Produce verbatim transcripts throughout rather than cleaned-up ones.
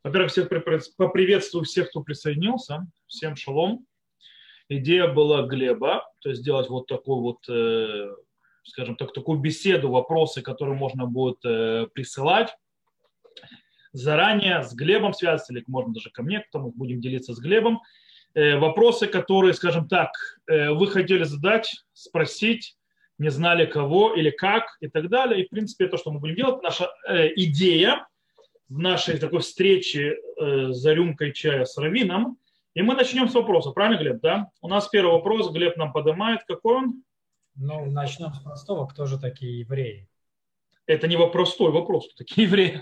Во-первых, всех поприветствую всех, кто присоединился. Всем шалом. Идея была Глеба, то есть сделать вот такую вот, э, скажем так, такую беседу, вопросы, которые можно будет э, присылать заранее с Глебом связаться, или можно даже ко мне, потом мы будем делиться с Глебом. Э, вопросы, которые, скажем так, э, вы хотели задать, спросить, не знали кого или как и так далее. И, в принципе, то, что мы будем делать, наша э, идея в нашей такой встрече э, за рюмкой чая с Равином. И мы начнем с вопроса. Правильно, Глеб, да? У нас первый вопрос. Глеб нам поднимает. Какой он? Ну, начнем с простого. Кто же такие евреи? Это не простой вопрос, кто такие евреи.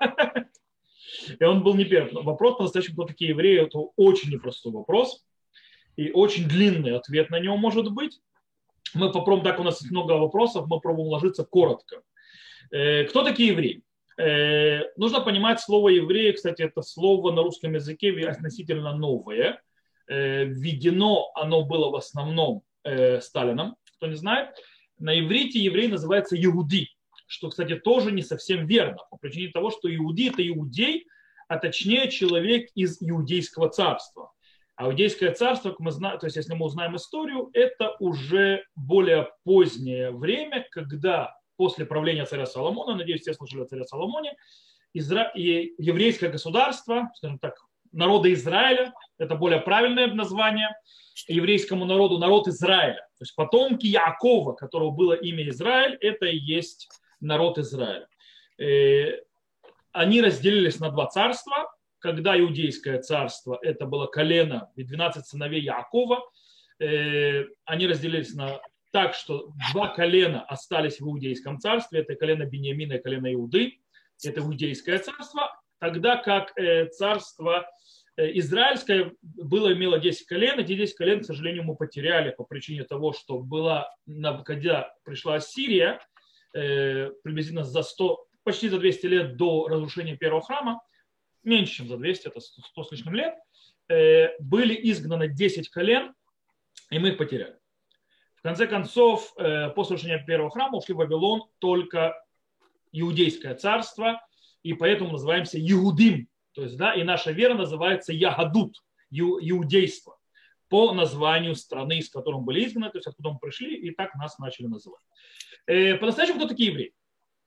И он был не первый. Вопрос по-настоящему, кто такие евреи, это очень непростой вопрос. И очень длинный ответ на него может быть. Мы попробуем, так у нас есть много вопросов, мы попробуем уложиться коротко. Кто такие евреи? Нужно понимать слово евреи, кстати, это слово на русском языке относительно новое. Введено оно было в основном Сталином, кто не знает. На иврите еврей называется иуди, что, кстати, тоже не совсем верно, по причине того, что иуди – это иудей, а точнее человек из иудейского царства. А иудейское царство, как мы знаем, то есть если мы узнаем историю, это уже более позднее время, когда после правления царя Соломона, надеюсь, все слышали о царе Соломоне, Изра... и еврейское государство, скажем так, народа Израиля, это более правильное название, еврейскому народу народ Израиля. То есть потомки Яакова, которого было имя Израиль, это и есть народ Израиля. Они разделились на два царства. Когда иудейское царство, это было колено, двенадцать сыновей Яакова, они разделились на так, что два колена остались в иудейском царстве, это колено Биньямина и колено Иуды, это иудейское царство, тогда как царство израильское было, имело десять колен, эти десять колен, к сожалению, мы потеряли по причине того, что была, когда пришла Ассирия, приблизительно за сто, почти за двести лет до разрушения первого храма, меньше, чем за двести, это сто с лишним лет, были изгнаны десять колен, и мы их потеряли. В конце концов, после разрушения первого храма ушли в Вавилон только иудейское царство, и поэтому называемся Иудим. То есть, да, и наша вера называется Ягадут, иудейство, по названию страны, из которой мы были изгнаны, то есть откуда мы пришли, и так нас начали называть. По-настоящему, кто такие евреи?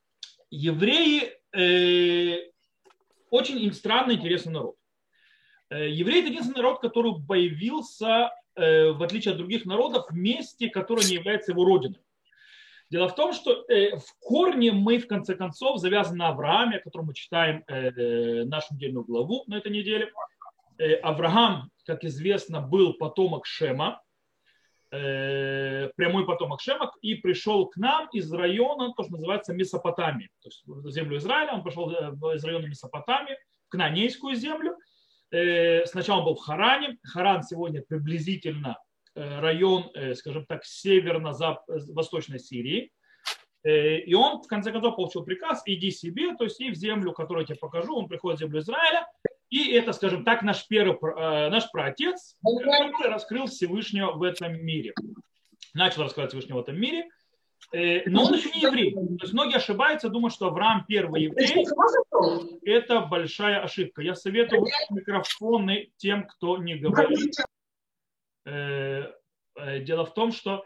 Евреи очень странный, интересный народ. Евреи – это единственный народ, который появился, в отличие от других народов, в месте, которое не является его родиной. Дело в том, что в корне мы, в конце концов, завязаны на Аврааме, о котором мы читаем нашу недельную главу на этой неделе. Авраам, как известно, был потомок Шема, прямой потомок Шема, и пришел к нам из района, то, что называется Месопотамии. То есть в землю Израиля, он пришел из района Месопотамии, в Кнаанейскую землю. Сначала он был в Харане. Харан сегодня приблизительно район, скажем так, северно-восточной Сирии. И он, в конце концов, получил приказ: иди себе, то есть и в землю, которую я тебе покажу. Он приходит в землю Израиля. И это, скажем так, наш первый, наш праотец, который раскрыл Всевышнего в этом мире. Начал раскрывать Всевышнего в этом мире. Но он еще не еврей. То есть многие ошибаются, думают, что Авраам первый еврей. Это большая ошибка. Я советую микрофоны тем, кто не говорит. Дело в том, что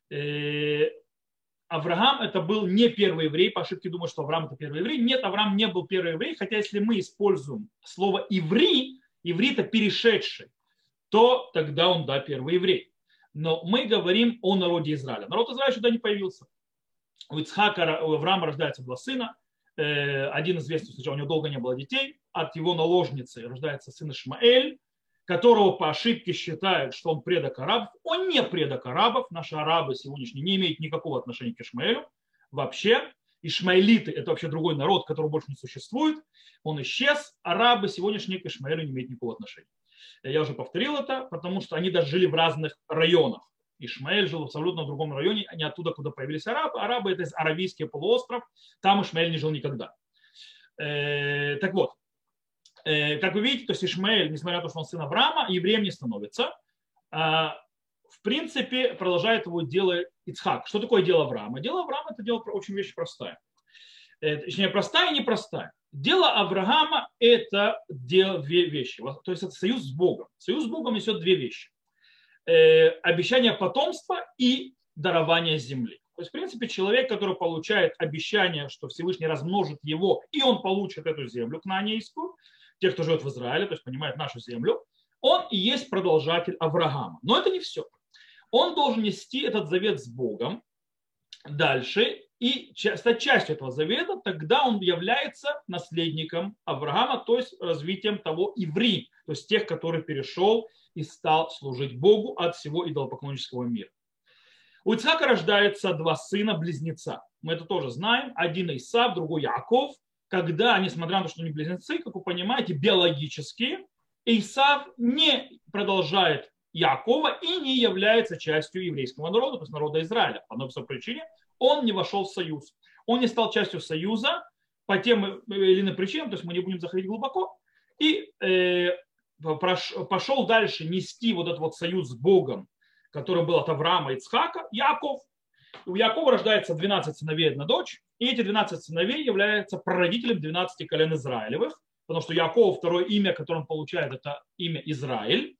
Авраам это был не первый еврей, по ошибке думают, что Авраам это первый еврей. Нет, Авраам не был первый еврей, хотя если мы используем слово иври, иври это перешедший, то тогда он, да, первый еврей. Но мы говорим о народе Израиля. Народ Израиля сюда не появился. У Ицхака, у Авраама рождается два сына. Один известный, сначала у него долго не было детей. От его наложницы рождается сын Ишмаэль, которого по ошибке считают, что он предок арабов. Он не предок арабов. Наши арабы сегодняшние не имеют никакого отношения к Ишмаэлю. Вообще. Ишмаэлиты – это вообще другой народ, который больше не существует. Он исчез. Арабы сегодняшние к Ишмаэлю не имеют никакого отношения. Я уже повторил это, потому что они даже жили в разных районах. Ишмаэль жил в абсолютно другом районе, а не оттуда, куда появились арабы. Арабы – это Аравийский полуостров. Там Ишмаэль не жил никогда. Так вот. Как вы видите, то есть Ишмаэль, несмотря на то, что он сын Авраама, евреем не становится. В принципе, продолжает его дело Ицхак. Что такое дело Авраама? Дело Авраама – это дело очень вещь простая. Точнее, простая и непростая. дело Авраама – это две вещи. То есть это союз с Богом. Союз с Богом несет две вещи. Обещание потомства и дарование земли. То есть, в принципе, человек, который получает обещание, что Всевышний размножит его, и он получит эту землю кнаанейскую, те, кто живет в Израиле, то есть понимает нашу землю, он и есть продолжатель Авраама. Но это не все. Он должен нести этот завет с Богом дальше и стать частью этого завета, тогда он является наследником Авраама, то есть развитием того иври, то есть тех, который перешел и стал служить Богу от всего идолопоклоннического мира. У Ицхака рождаются два сына-близнеца. Мы это тоже знаем. Один Исав, другой Яков. Когда, несмотря на то, что они близнецы, как вы понимаете, биологические, Исав не продолжает Якова и не является частью еврейского народа, то есть народа Израиля. По одной причине он не вошел в союз. Он не стал частью союза по тем или иным причинам, то есть мы не будем заходить глубоко, и э, пошел дальше нести вот этот вот союз с Богом, который был от Авраама и Ицхака, Яков. У Якова рождается двенадцать сыновей и одна дочь, и эти двенадцать сыновей являются прародителем двенадцати колен Израилевых, потому что Якова второе имя, которое он получает, это имя Израиль.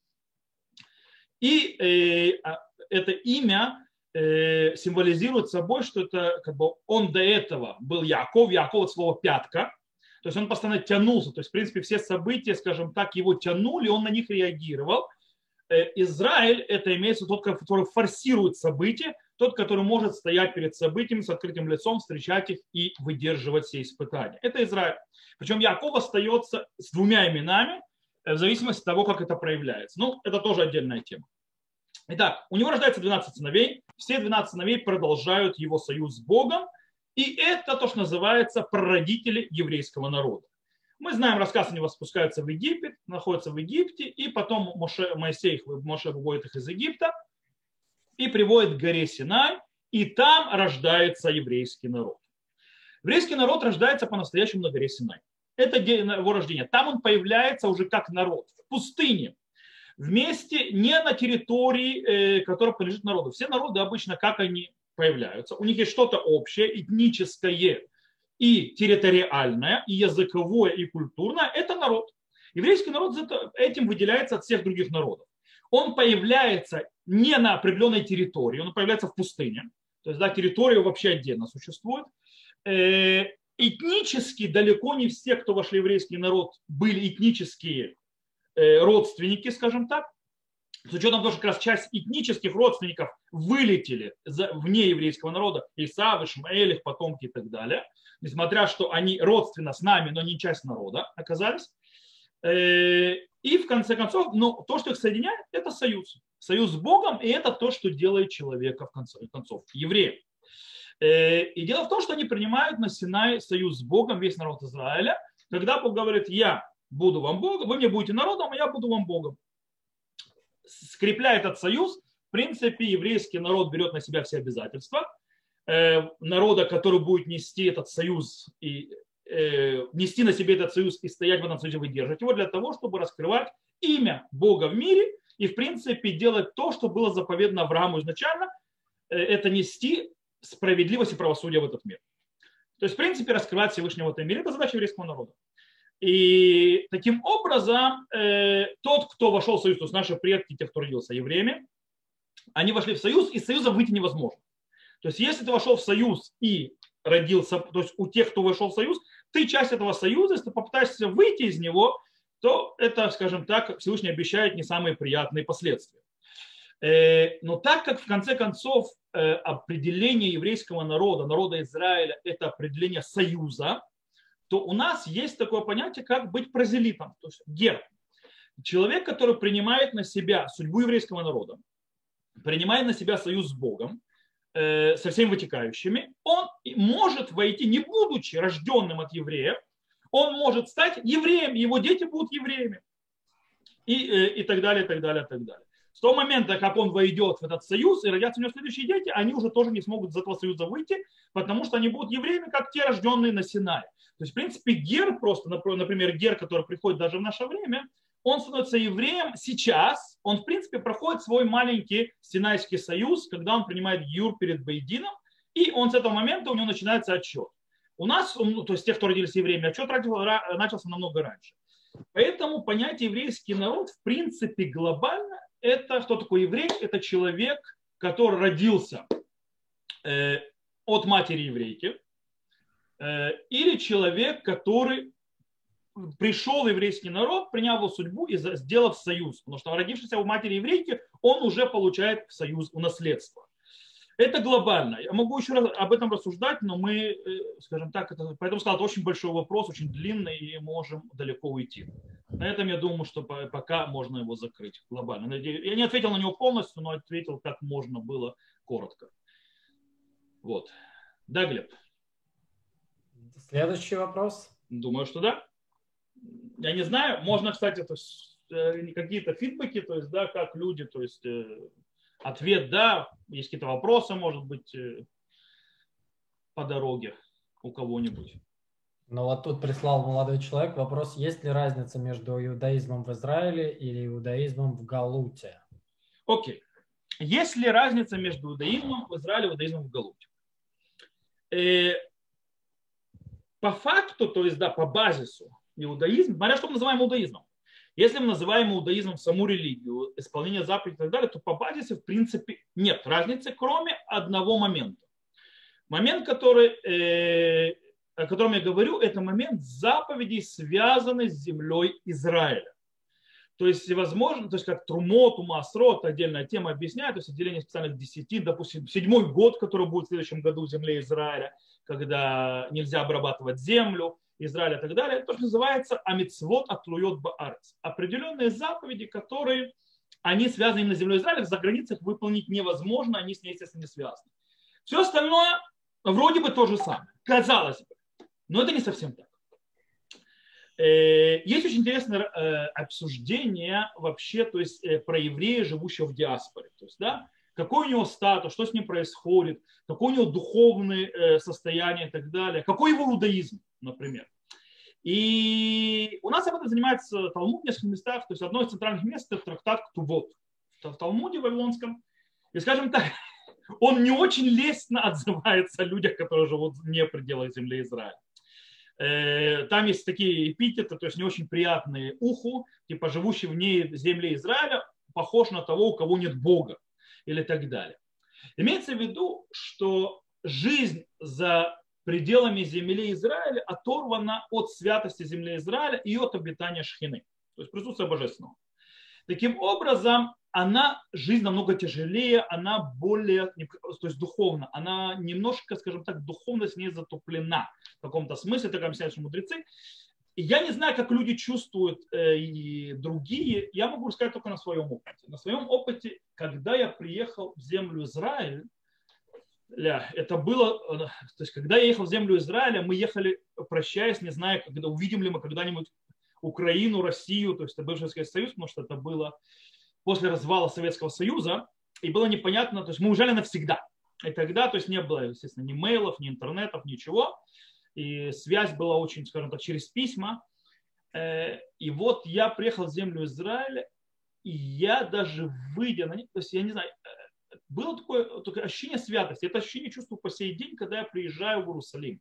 И э, это имя э, символизирует собой, что это как бы он до этого был Яков, Яков от слова пятка, то есть он постоянно тянулся, то есть в принципе все события, скажем так, его тянули, он на них реагировал. Э, Израиль это имеется тот, который форсирует события, тот, который может стоять перед событиями с открытым лицом, встречать их и выдерживать все испытания. Это Израиль. Причем Яков остается с двумя именами, в зависимости от того, как это проявляется. Ну, это тоже отдельная тема. Итак, у него рождается двенадцать сыновей. Все двенадцать сыновей продолжают его союз с Богом. И это то, что называется прародители еврейского народа. Мы знаем рассказ, они спускаются в Египет, находятся в Египте, и потом Моше, Моисей, Моше выводит их из Египта и приводит к горе Синай, и там рождается еврейский народ. Еврейский народ рождается по-настоящему на горе Синай. Это его рождение. Там он появляется уже как народ, в пустыне, вместе не на территории, которая принадлежит народу. Все народы обычно, как они появляются, у них есть что-то общее, этническое и территориальное, и языковое, и культурное. Это народ. Еврейский народ этим выделяется от всех других народов. Он появляется не на определенной территории, он появляется в пустыне. То есть, да, территория вообще отдельно существует. Этнически далеко не все, кто вошли в еврейский народ, были этнические родственники, скажем так. С учетом того, что как раз часть этнических родственников вылетели вне еврейского народа, Исав, Ишмаэль, их потомки и так далее, несмотря что они родственно с нами, но не часть народа оказались. И в конце концов, но то, что их соединяет, это союз. Союз с Богом, и это то, что делает человека в конце концов, евреев. И дело в том, что они принимают на Синай союз с Богом, весь народ Израиля, когда Бог говорит: я буду вам Богом, вы мне будете народом, а я буду вам Богом. Скрепляя этот союз, в принципе, еврейский народ берет на себя все обязательства. Народа, который будет нести этот союз и нести на себе этот союз и стоять в этом союзе, выдерживать его для того, чтобы раскрывать имя Бога в мире и, в принципе, делать то, что было заповедано Аврааму изначально, это нести справедливость и правосудие в этот мир. То есть, в принципе, раскрывать Всевышнего в этом мире – это задача еврейского народа. И таким образом, э, тот, кто вошел в союз, то есть наши предки, те, кто родился евреями, они вошли в союз, и из союза выйти невозможно. То есть, если ты вошел в союз и родился, то есть у тех, кто вошел в союз, ты часть этого союза, если ты попытаешься выйти из него, то это, скажем так, Всевышний обещает не самые приятные последствия. Э, но так как, в конце концов, э, определение еврейского народа, народа Израиля, это определение союза, то у нас есть такое понятие, как быть прозелитом, то есть гер. Человек, который принимает на себя судьбу еврейского народа, принимает на себя союз с Богом, э, со всеми вытекающими, он может войти, не будучи рожденным от евреев, он может стать евреем, его дети будут евреями. И, э, и так далее, и так далее, и так далее. С того момента, как он войдет в этот союз и родятся у него следующие дети, они уже тоже не смогут из этого союза выйти, потому что они будут евреями, как те, рожденные на Синае. То есть, в принципе, гер просто, например, гер, который приходит даже в наше время, он становится евреем сейчас, он, в принципе, проходит свой маленький Синайский союз, когда он принимает гиур перед Бейдином, и он с этого момента, у него начинается отсчет. У нас, то есть тех, кто родились евреями, отчет начался намного раньше. Поэтому понятие еврейский народ, в принципе, глобально, это кто такой еврей? Это человек, который родился э, от матери еврейки, э, или человек, который пришел в еврейский народ, приняв его судьбу и сделав союз. Потому что родившийся у матери еврейки, он уже получает союз, у наследства. Это глобально. Я могу еще раз об этом рассуждать, но мы, скажем так, это, поэтому сказал, это очень большой вопрос, очень длинный, и можем далеко уйти. На этом я думаю, что пока можно его закрыть глобально. Я не ответил на него полностью, но ответил, как можно было коротко. Вот. Да, Глеб? Следующий вопрос. Думаю, что да. Я не знаю. Можно, кстати, то есть, какие-то фидбэки, то есть, да, как люди, то есть ответ да, есть какие-то вопросы, может быть, по дороге у кого-нибудь. Ну вот тут прислал молодой человек вопрос, есть ли разница между иудаизмом в Израиле или иудаизмом в Галуте? Окей. Есть ли разница между иудаизмом в Израиле и иудаизмом в Галуте? Э, по факту, то есть, да, по базису, иудаизм, смотря что мы называем иудаизмом. Если мы называем иудаизмом саму религию, исполнение заповедей и так далее, то по базису, в принципе, нет разницы, кроме одного момента. Момент, который, э, о котором я говорю, это момент заповедей, связанный с землей Израиля. То есть, возможно, то есть как Трумот, Умасрот, отдельная тема объясняет, то есть отделение специальных десяти, допустим, седьмой год, который будет в следующем году в земле Израиля, когда нельзя обрабатывать землю Израиля и так далее, это то, что называется амитцвот атлуйот баарец. Определенные заповеди, которые они связаны именно с землей Израиля, за границах выполнить невозможно, они с ней, естественно, не связаны. Все остальное вроде бы то же самое, казалось бы, но это не совсем так. Есть очень интересное обсуждение вообще, то есть про еврея, живущего в диаспоре. То есть, да, какой у него статус, что с ним происходит, какое у него духовное состояние и так далее, какой его иудаизм, например. И у нас об этом занимается Талмуд в нескольких местах, то есть одно из центральных мест – это трактат Ктувот в Талмуде Вавилонском. И, скажем так, он не очень лестно отзывается о людях, которые живут вне пределах земли Израиля. Там есть такие эпитеты, то есть не очень приятные уху, типа живущий вне земли Израиля, похож на того, у кого нет Бога или так далее. Имеется в виду, что жизнь за пределами земли Израиля оторвана от святости земли Израиля и от обитания Шхины, то есть присутствия Божественного. Таким образом, она, жизнь намного тяжелее, она более, то есть духовно, она немножко, скажем так, духовность не затоплена в каком-то смысле, так объясняют мудрецы. И я не знаю, как люди чувствуют э, и другие, я могу рассказать только на своем опыте. На своем опыте, когда я приехал в землю Израиля, это было, то есть когда я ехал в землю Израиля, мы ехали, прощаясь, не зная, когда увидим ли мы когда-нибудь Украину, Россию, то есть это бывший Советский Союз, потому что это было после развала Советского Союза, и было непонятно, то есть мы уезжали навсегда. И тогда, то есть не было, естественно, ни мейлов, ни интернетов, ничего. И связь была очень, скажем так, через письма. И вот я приехал в землю Израиля, и я даже выйдя на них, то есть я не знаю, было такое, такое ощущение святости. Это ощущение чувствую по сей день, когда я приезжаю в Иерусалим.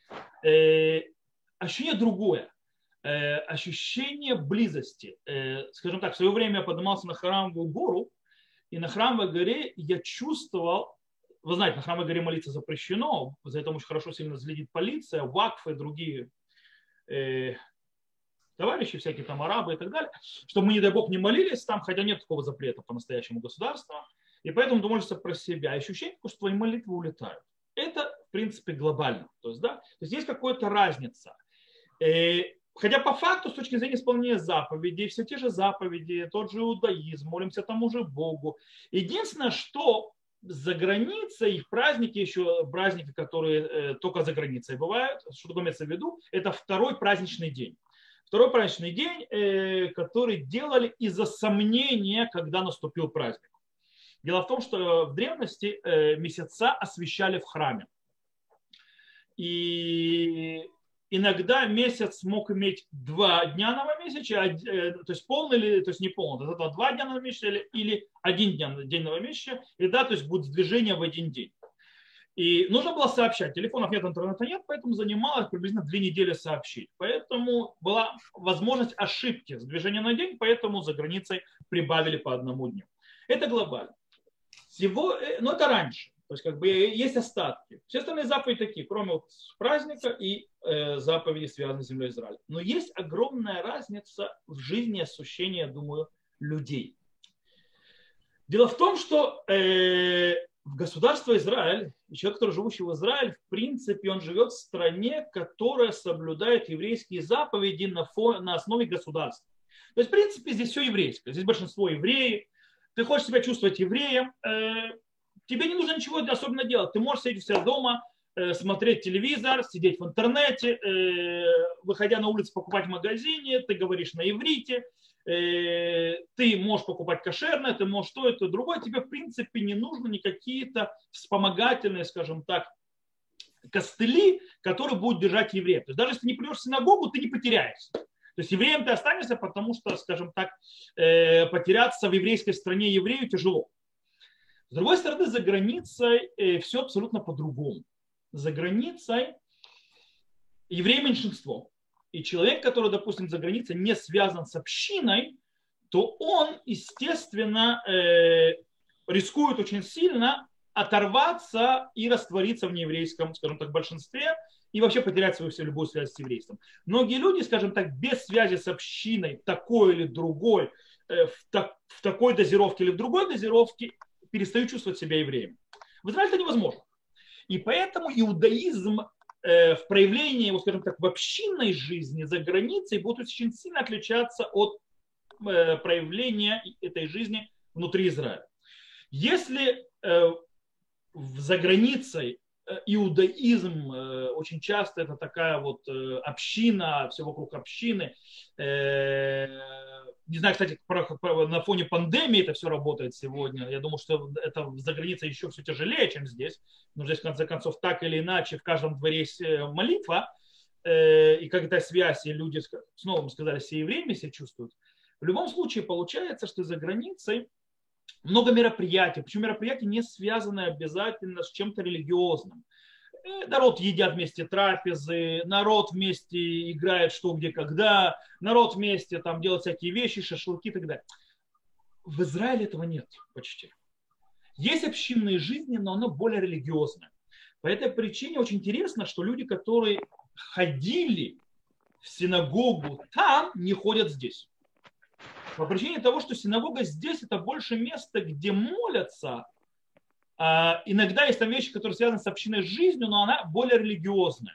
Ощущение другое. Ощущение близости. Скажем так, в свое время я поднимался на Храмовую гору, и на Храмовой горе я чувствовал, вы знаете, на Храмовой горе молиться запрещено, за это очень хорошо сильно следит полиция, вакфы и другие э, товарищи, всякие там арабы и так далее, чтобы мы, не дай бог, не молились там, хотя нет такого запрета по настоящему государству, и поэтому ты молишься про себя. Ощущение, что твои молитвы улетают. Это, в принципе, глобально. То есть, да, то есть есть какая-то разница. Э, Хотя по факту, с точки зрения исполнения заповедей, все те же заповеди, тот же иудаизм, молимся тому же Богу. Единственное, что за границей, их праздники, еще праздники, которые э, только за границей бывают, что такое имеется в виду, это второй праздничный день. Второй праздничный день, э, который делали из-за сомнения, когда наступил праздник. Дело в том, что в древности э, месяца освящали в храме. И иногда месяц мог иметь два дня новомесяча, то есть полный или то есть не полный, то есть два дня новомесяча или, или один день, день новомесяча, и да, то есть будет движение в один день. И нужно было сообщать. Телефонов нет, интернета нет, поэтому занималось приблизительно две недели сообщить. Поэтому была возможность ошибки с движения на день, поэтому за границей прибавили по одному дню. Это глобально. Всего, но это раньше. То есть как бы есть остатки. Все остальные заповеди такие, кроме вот праздника и э, заповедей, связанных с землей Израиля. Но есть огромная разница в жизни и ощущении, я думаю, людей. Дело в том, что э, в государство Израиль, и человек, который живущий в Израиле, в принципе, он живет в стране, которая соблюдает еврейские заповеди на, фон, на основе государства. То есть, в принципе, здесь все еврейское. Здесь большинство евреев. Ты хочешь себя чувствовать евреем, э, тебе не нужно ничего особенно делать. Ты можешь сидеть у себя дома, э, смотреть телевизор, сидеть в интернете, э, выходя на улицу, покупать в магазине, ты говоришь на иврите, э, ты можешь покупать кошерное, ты можешь то, это, другое. Тебе, в принципе, не нужно никакие-то вспомогательные, скажем так, костыли, которые будут держать евреев. То есть даже если ты не придешь в синагогу, ты не потеряешься. То есть евреем ты останешься, потому что, скажем так, э, потеряться в еврейской стране еврею тяжело. С другой стороны, за границей э, все абсолютно по-другому. За границей евреи меньшинство. И человек, который, допустим, за границей не связан с общиной, то он, естественно, э, рискует очень сильно оторваться и раствориться в нееврейском, скажем так, большинстве и вообще потерять свою любую связь с еврейством. Многие люди, скажем так, без связи с общиной, такой или другой, э, в, так, в такой дозировке или в другой дозировке, перестают чувствовать себя евреем. В Израиле это невозможно. И поэтому иудаизм э, в проявлении, вот, скажем так, в общинной жизни за границей будет очень сильно отличаться от э, проявления этой жизни внутри Израиля. Если э, за границей иудаизм э, очень часто это такая вот э, община, все вокруг общины. Э, не знаю, кстати, про, про, на фоне пандемии это все работает сегодня. Я думаю, что это за границей еще все тяжелее, чем здесь. Но здесь, в конце концов, так или иначе, в каждом дворе есть молитва, э, и какая-то связь, и люди, снова мы сказали, все евреями себя чувствуют. В любом случае, получается, что за границей много мероприятий, причем мероприятия не связаны обязательно с чем-то религиозным. Народ едят вместе трапезы, народ вместе играет что, где, когда, народ вместе там делает всякие вещи, шашлыки и так далее. В Израиле этого нет почти. Есть общинные жизни, но оно более религиозное. По этой причине очень интересно, что люди, которые ходили в синагогу там, не ходят здесь. По причине того, что синагога здесь это больше место, где молятся. А иногда есть там вещи, которые связаны с общинной жизнью, но она более религиозная.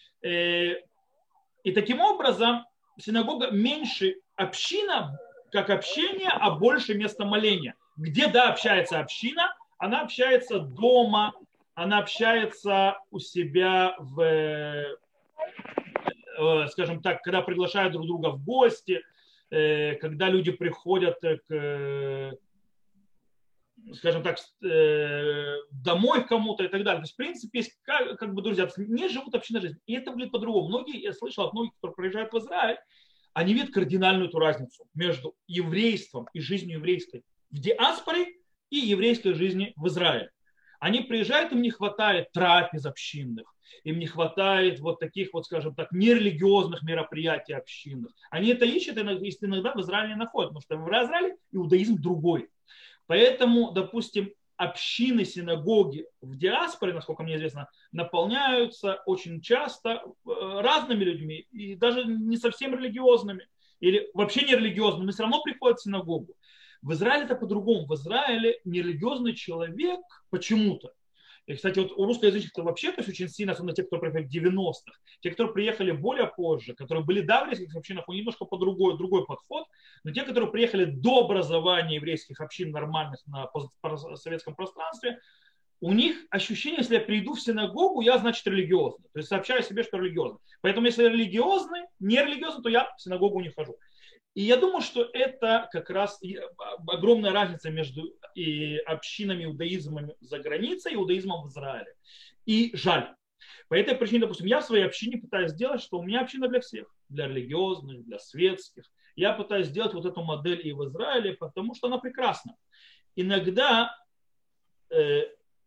И таким образом синагога меньше община, как общение, а больше место моления. Где, да, общается община, она общается дома, она общается у себя в, скажем так, когда приглашают друг друга в гости, когда люди приходят к, скажем так, домой к кому-то и так далее. То есть, в принципе, есть как, как бы друзья, не живут общинной жизнью. И это выглядит по-другому. Многие, я слышал от многих, кто приезжает в Израиль, они видят кардинальную эту разницу между еврейством и жизнью еврейской в диаспоре и еврейской жизни в Израиле. Они приезжают, им не хватает трапез общинных, им не хватает вот таких вот, скажем так, нерелигиозных мероприятий общинных. Они это ищут и иногда в Израиле не находят, потому что в Израиле иудаизм другой. Поэтому, допустим, общины, синагоги в диаспоре, насколько мне известно, наполняются очень часто разными людьми, и даже не совсем религиозными, или вообще не религиозными, но все равно приходят в синагогу. В Израиле это по-другому. В Израиле нерелигиозный человек почему-то. И, кстати, вот у русскоязычных вообще то есть очень сильно, особенно те, кто приехали в девяностых, те, кто приехали более позже, которые были до еврейских общинах, у них немножко по другой, другой подход, но те, которые приехали до образования еврейских общин нормальных на советском пространстве, у них ощущение, если я приду в синагогу, я, значит, религиозный. То есть сообщаю себе, что религиозный. Поэтому, если я религиозный, не религиозный, то я в синагогу не хожу. И я думаю, что это как раз огромная разница между и общинами иудаизма за границей и иудаизмом в Израиле. И жаль. По этой причине, допустим, я в своей общине пытаюсь сделать, что у меня община для всех. Для религиозных, для светских. Я пытаюсь сделать вот эту модель и в Израиле, потому что она прекрасна. Иногда э,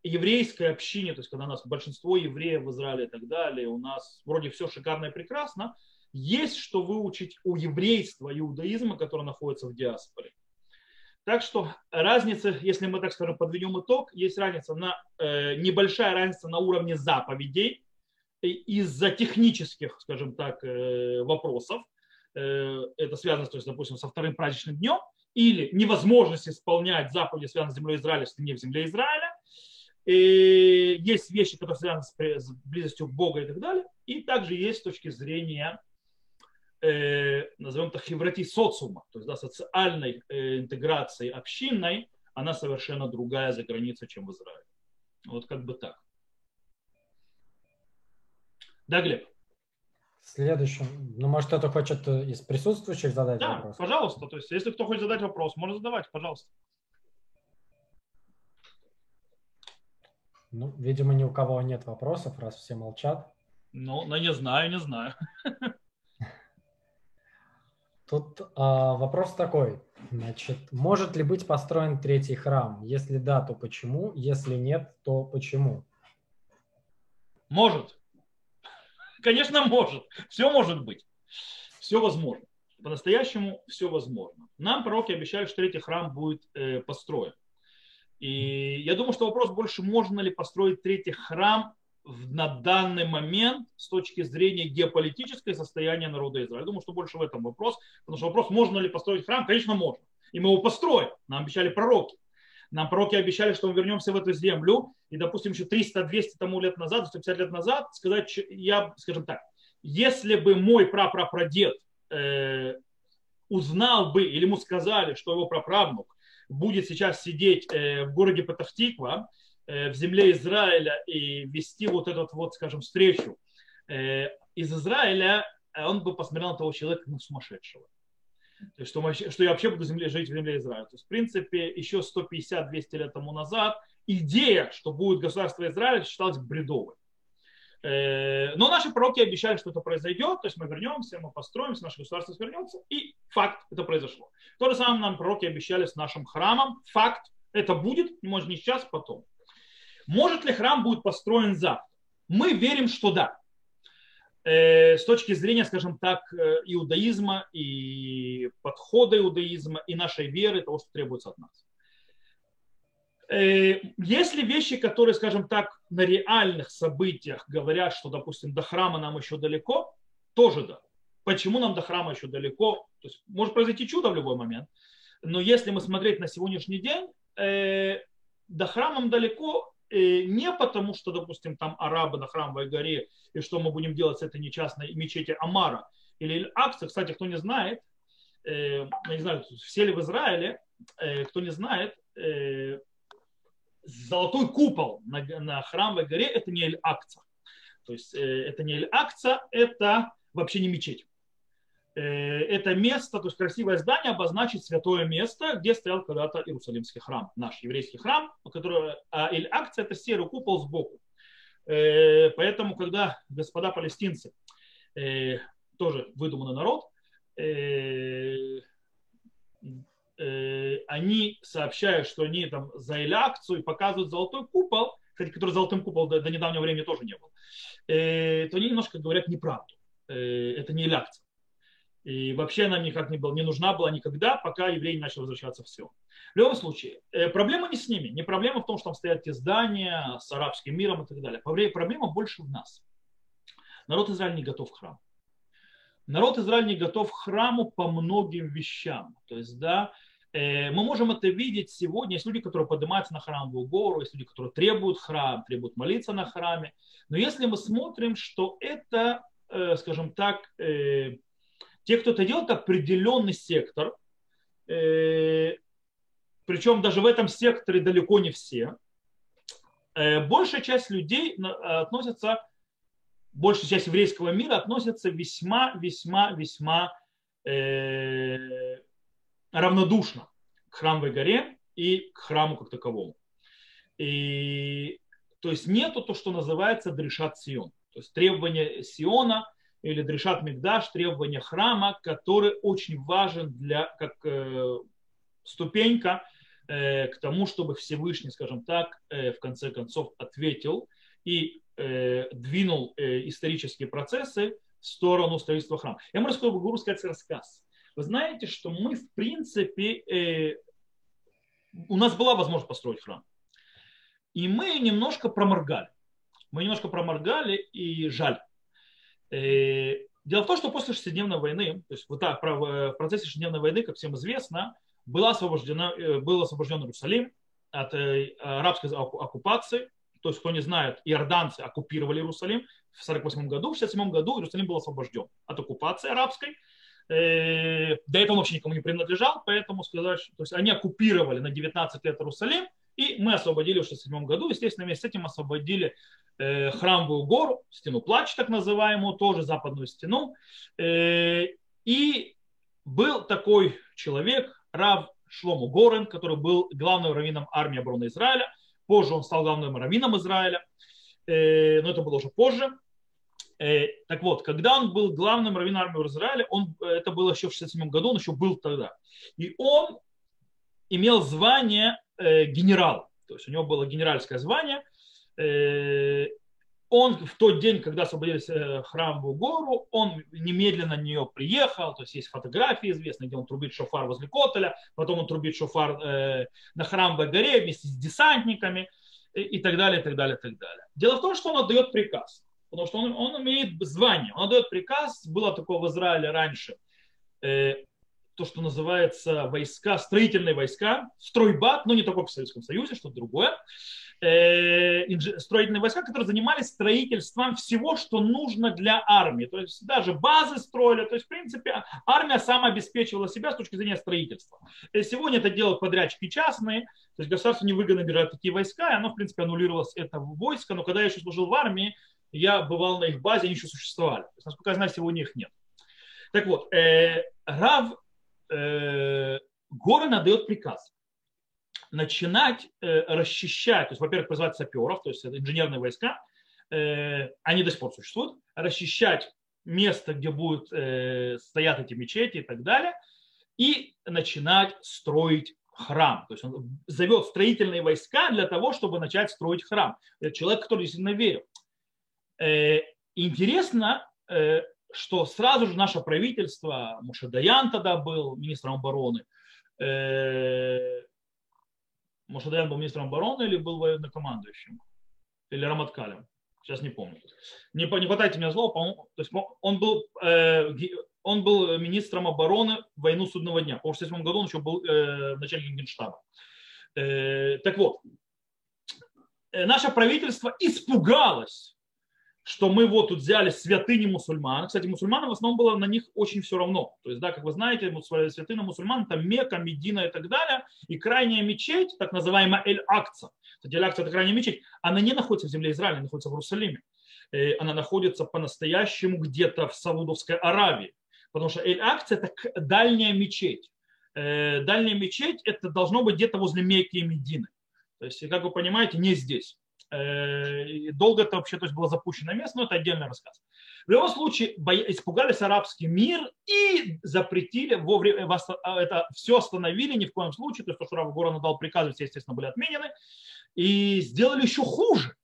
еврейской общине, то есть когда у нас большинство евреев в Израиле и так далее, у нас вроде все шикарно и прекрасно, есть что выучить у еврейства, иудаизма, который находится в диаспоре. Так что разница, если мы, так скажем, подведем итог, есть разница на, э, небольшая разница на уровне заповедей из-за технических, скажем так, э, вопросов. Э, это связано, то есть, допустим, со вторым праздничным днем, или невозможность исполнять заповеди, связанные с землей Израиля, если не в земле Израиля. И есть вещи, которые связаны с близостью к Богу и так далее. И также есть с точки зрения, э, назовем это, хеврати социума, то есть да, социальной э, интеграции общинной, она совершенно другая за границей, чем в Израиле. Вот как бы так. Да, Глеб? Следующим. Ну, может, кто-то хочет из присутствующих задать да, вопрос? Да, пожалуйста. То есть, если кто хочет задать вопрос, можно задавать, пожалуйста. Ну, видимо, ни у кого нет вопросов, раз все молчат. Ну, ну не знаю, не знаю. Тут а, вопрос такой. Значит, может ли быть построен третий храм? Если да, то почему? Если нет, то почему? Может. Конечно, может. Все может быть. Все возможно. По-настоящему все возможно. Нам пророки обещали, что третий храм будет э, построен. И я думаю, что вопрос больше, можно ли построить третий храм в, на данный момент с точки зрения геополитического состояния народа Израиля. Я думаю, что больше в этом вопрос. Потому что вопрос, можно ли построить храм, конечно, можно. И мы его построим. Нам обещали пророки. Нам пророки обещали, что мы вернемся в эту землю. И, допустим, еще триста-двести тому лет назад, сто пятьдесят лет назад, сказать, я, скажем так, если бы мой прапрапрадед э, узнал бы, или ему сказали, что его праправнук будет сейчас сидеть э, в городе Петах-Тиква, э, в земле Израиля и вести вот эту вот, скажем, встречу э, из Израиля, он бы посмотрел на того человека как на сумасшедшего. То есть, что, что я вообще буду земле, жить в земле Израиля. То есть, в принципе, еще сто пятьдесят-двести лет тому назад идея, что будет государство Израиля, считалась бредовой. Но наши пророки обещали, что это произойдет, то есть мы вернемся, мы построимся, наше государство вернется, и факт, это произошло. То же самое нам пророки обещали с нашим храмом, факт, это будет, может не сейчас, потом. Может ли храм будет построен завтра? Мы верим, что да. С точки зрения, скажем так, иудаизма и подхода иудаизма и нашей веры, того, что требуется от нас. Есть ли вещи, которые, скажем так, на реальных событиях говорят, что, допустим, до храма нам еще далеко? Тоже да. Почему нам до храма еще далеко? То есть может произойти чудо в любой момент. Но если мы смотреть на сегодняшний день, э, до храма далеко э, не потому, что, допустим, там арабы на Храмовой горе, и что мы будем делать с этой несчастной мечети Амара или Акса. Кстати, кто не знает, э, я не знаю, все ли в Израиле, э, кто не знает, э, золотой купол на, на Храмовой горе – это не Эль-Акца. То есть э, это не Эль-Акца, это вообще не мечеть. Э, это место, то есть красивое здание обозначит святое место, где стоял когда-то Иерусалимский храм, наш еврейский храм, который, а Эль-Акца – это серый купол сбоку. Э, поэтому, когда господа палестинцы, э, тоже выдуманный народ, э, они сообщают, что они там за Эль-Акцу и показывают золотой купол, кстати, который золотым куполом до, до недавнего времени тоже не был, э, то они немножко говорят неправду. Э, это не Эль-Акца. И вообще она никак не, была, не нужна была никогда, пока евреи не начали возвращаться в Сион. В любом случае, э, проблема не с ними. Не проблема в том, что там стоят те здания с арабским миром и так далее. Проблема больше в нас. Народ Израиля не готов к храму. Народ Израиля не готов к храму по многим вещам. То есть, да, мы можем это видеть сегодня. Есть люди, которые поднимаются на храмовую гору, есть люди, которые требуют храм, требуют молиться на храме. Но если мы смотрим, что это, скажем так, те, кто это делает, это определенный сектор, причем даже в этом секторе далеко не все, большая часть людей относятся, большая часть еврейского мира относится весьма, весьма, весьма э, равнодушно к Храмовой горе и к храму как таковому. И, то есть нету то, что называется дрешат Сион. То есть требования Сиона или дрешат Микдаш, требования храма, который очень важен для, как э, ступенька э, к тому, чтобы Всевышний, скажем так, э, в конце концов ответил и э, двинул э, исторические процессы в сторону строительства храма. Я могу рассказать, могу сказать рассказ. Вы знаете, что мы, в принципе, э, у нас была возможность построить храм. И мы немножко проморгали. Мы немножко проморгали, и жаль. Э, дело в том, что после шестидневной войны, то есть вот так, в процессе шестидневной войны, как всем известно, была освобождена, был освобожден Иерусалим от арабской оккупации. То есть, кто не знает, иорданцы оккупировали Иерусалим в сорок восьмом году. В шестьдесят седьмом году Иерусалим был освобожден от оккупации арабской. До этого он вообще никому не принадлежал, поэтому сказать, что то есть они оккупировали на девятнадцать лет Иерусалим, и мы освободили в шестьдесят седьмом году. Естественно, вместе с этим освободили э, храмовую гору, стену плача так называемую, тоже западную стену. Э, и был такой человек, Рав Шломо Горен, который был главным раввином армии обороны Израиля. Позже он стал главным раввином Израиля, э, но это было уже позже. Э, так вот, когда он был главным раввином армии Израиля, он, это было еще в шестьдесят седьмом году, он еще был тогда. И он имел звание э, генерала, то есть у него было генеральское звание. Э, он в тот день, когда освободились э, храмовую гору, он немедленно на нее приехал, то есть есть фотографии известные, где он трубит шофар возле Котеля, потом он трубит шофар э, на храмовой горе вместе с десантниками и, и так далее, и так далее, и так далее. Дело в том, что он отдает приказ, потому что он, он имеет звание, он отдает приказ, было такое в Израиле раньше, э, то, что называется войска, строительные войска, стройбат, но не такой, как в Советском Союзе, что-то другое, э, инж... строительные войска, которые занимались строительством всего, что нужно для армии. То есть даже базы строили. То есть, в принципе, армия сама обеспечивала себя с точки зрения строительства. И сегодня это делают подрядчики частные, то есть государство невыгодно бежать такие войска, и оно, в принципе, аннулировалось, это войско. Но когда я еще служил в армии, я бывал на их базе, они еще существовали. То есть, насколько я знаю, сегодня их нет. Так вот, э, Рав Горен отдает приказ начинать э, расчищать, то есть, во-первых, призвать саперов, то есть это инженерные войска, э, они до сих пор существуют, расчищать место, где будут э, стоять эти мечети и так далее, и начинать строить храм. То есть он зовет строительные войска для того, чтобы начать строить храм. Это человек, который действительно верил. Э, интересно, э, что сразу же наше правительство, Моше Даян тогда был министром обороны, э, Моше Даян был министром обороны или был военнокомандующим, или раматкалем, сейчас не помню. Не, не хватайте меня злого, то есть он был, э, он был министром обороны в войну судного дня. По-моему, в шестьдесят седьмом году он еще был э, начальником генштаба. Э, так вот, э, наше правительство испугалось, что мы вот тут взяли святыни мусульман. Кстати, мусульманам в основном было на них очень все равно. То есть, да, как вы знаете, святыня мусульман, там Мекка, Медина и так далее. И крайняя мечеть, так называемая Эль-Акца. Кстати, Эль-Акца – это крайняя мечеть. Она не находится в земле Израиля, она находится в Иерусалиме. Она находится по-настоящему где-то в Саудовской Аравии. Потому что Эль-Акца – это дальняя мечеть. Дальняя мечеть – это должно быть где-то возле Мекки и Медины. То есть, как вы понимаете, не здесь. Долго это вообще то есть, было запущено место, но это отдельный рассказ. В любом случае, испугались арабский мир и запретили, вовремя, это все остановили, ни в коем случае, то есть то, что Рав Горен дал приказы, все, естественно, были отменены, и сделали еще хуже.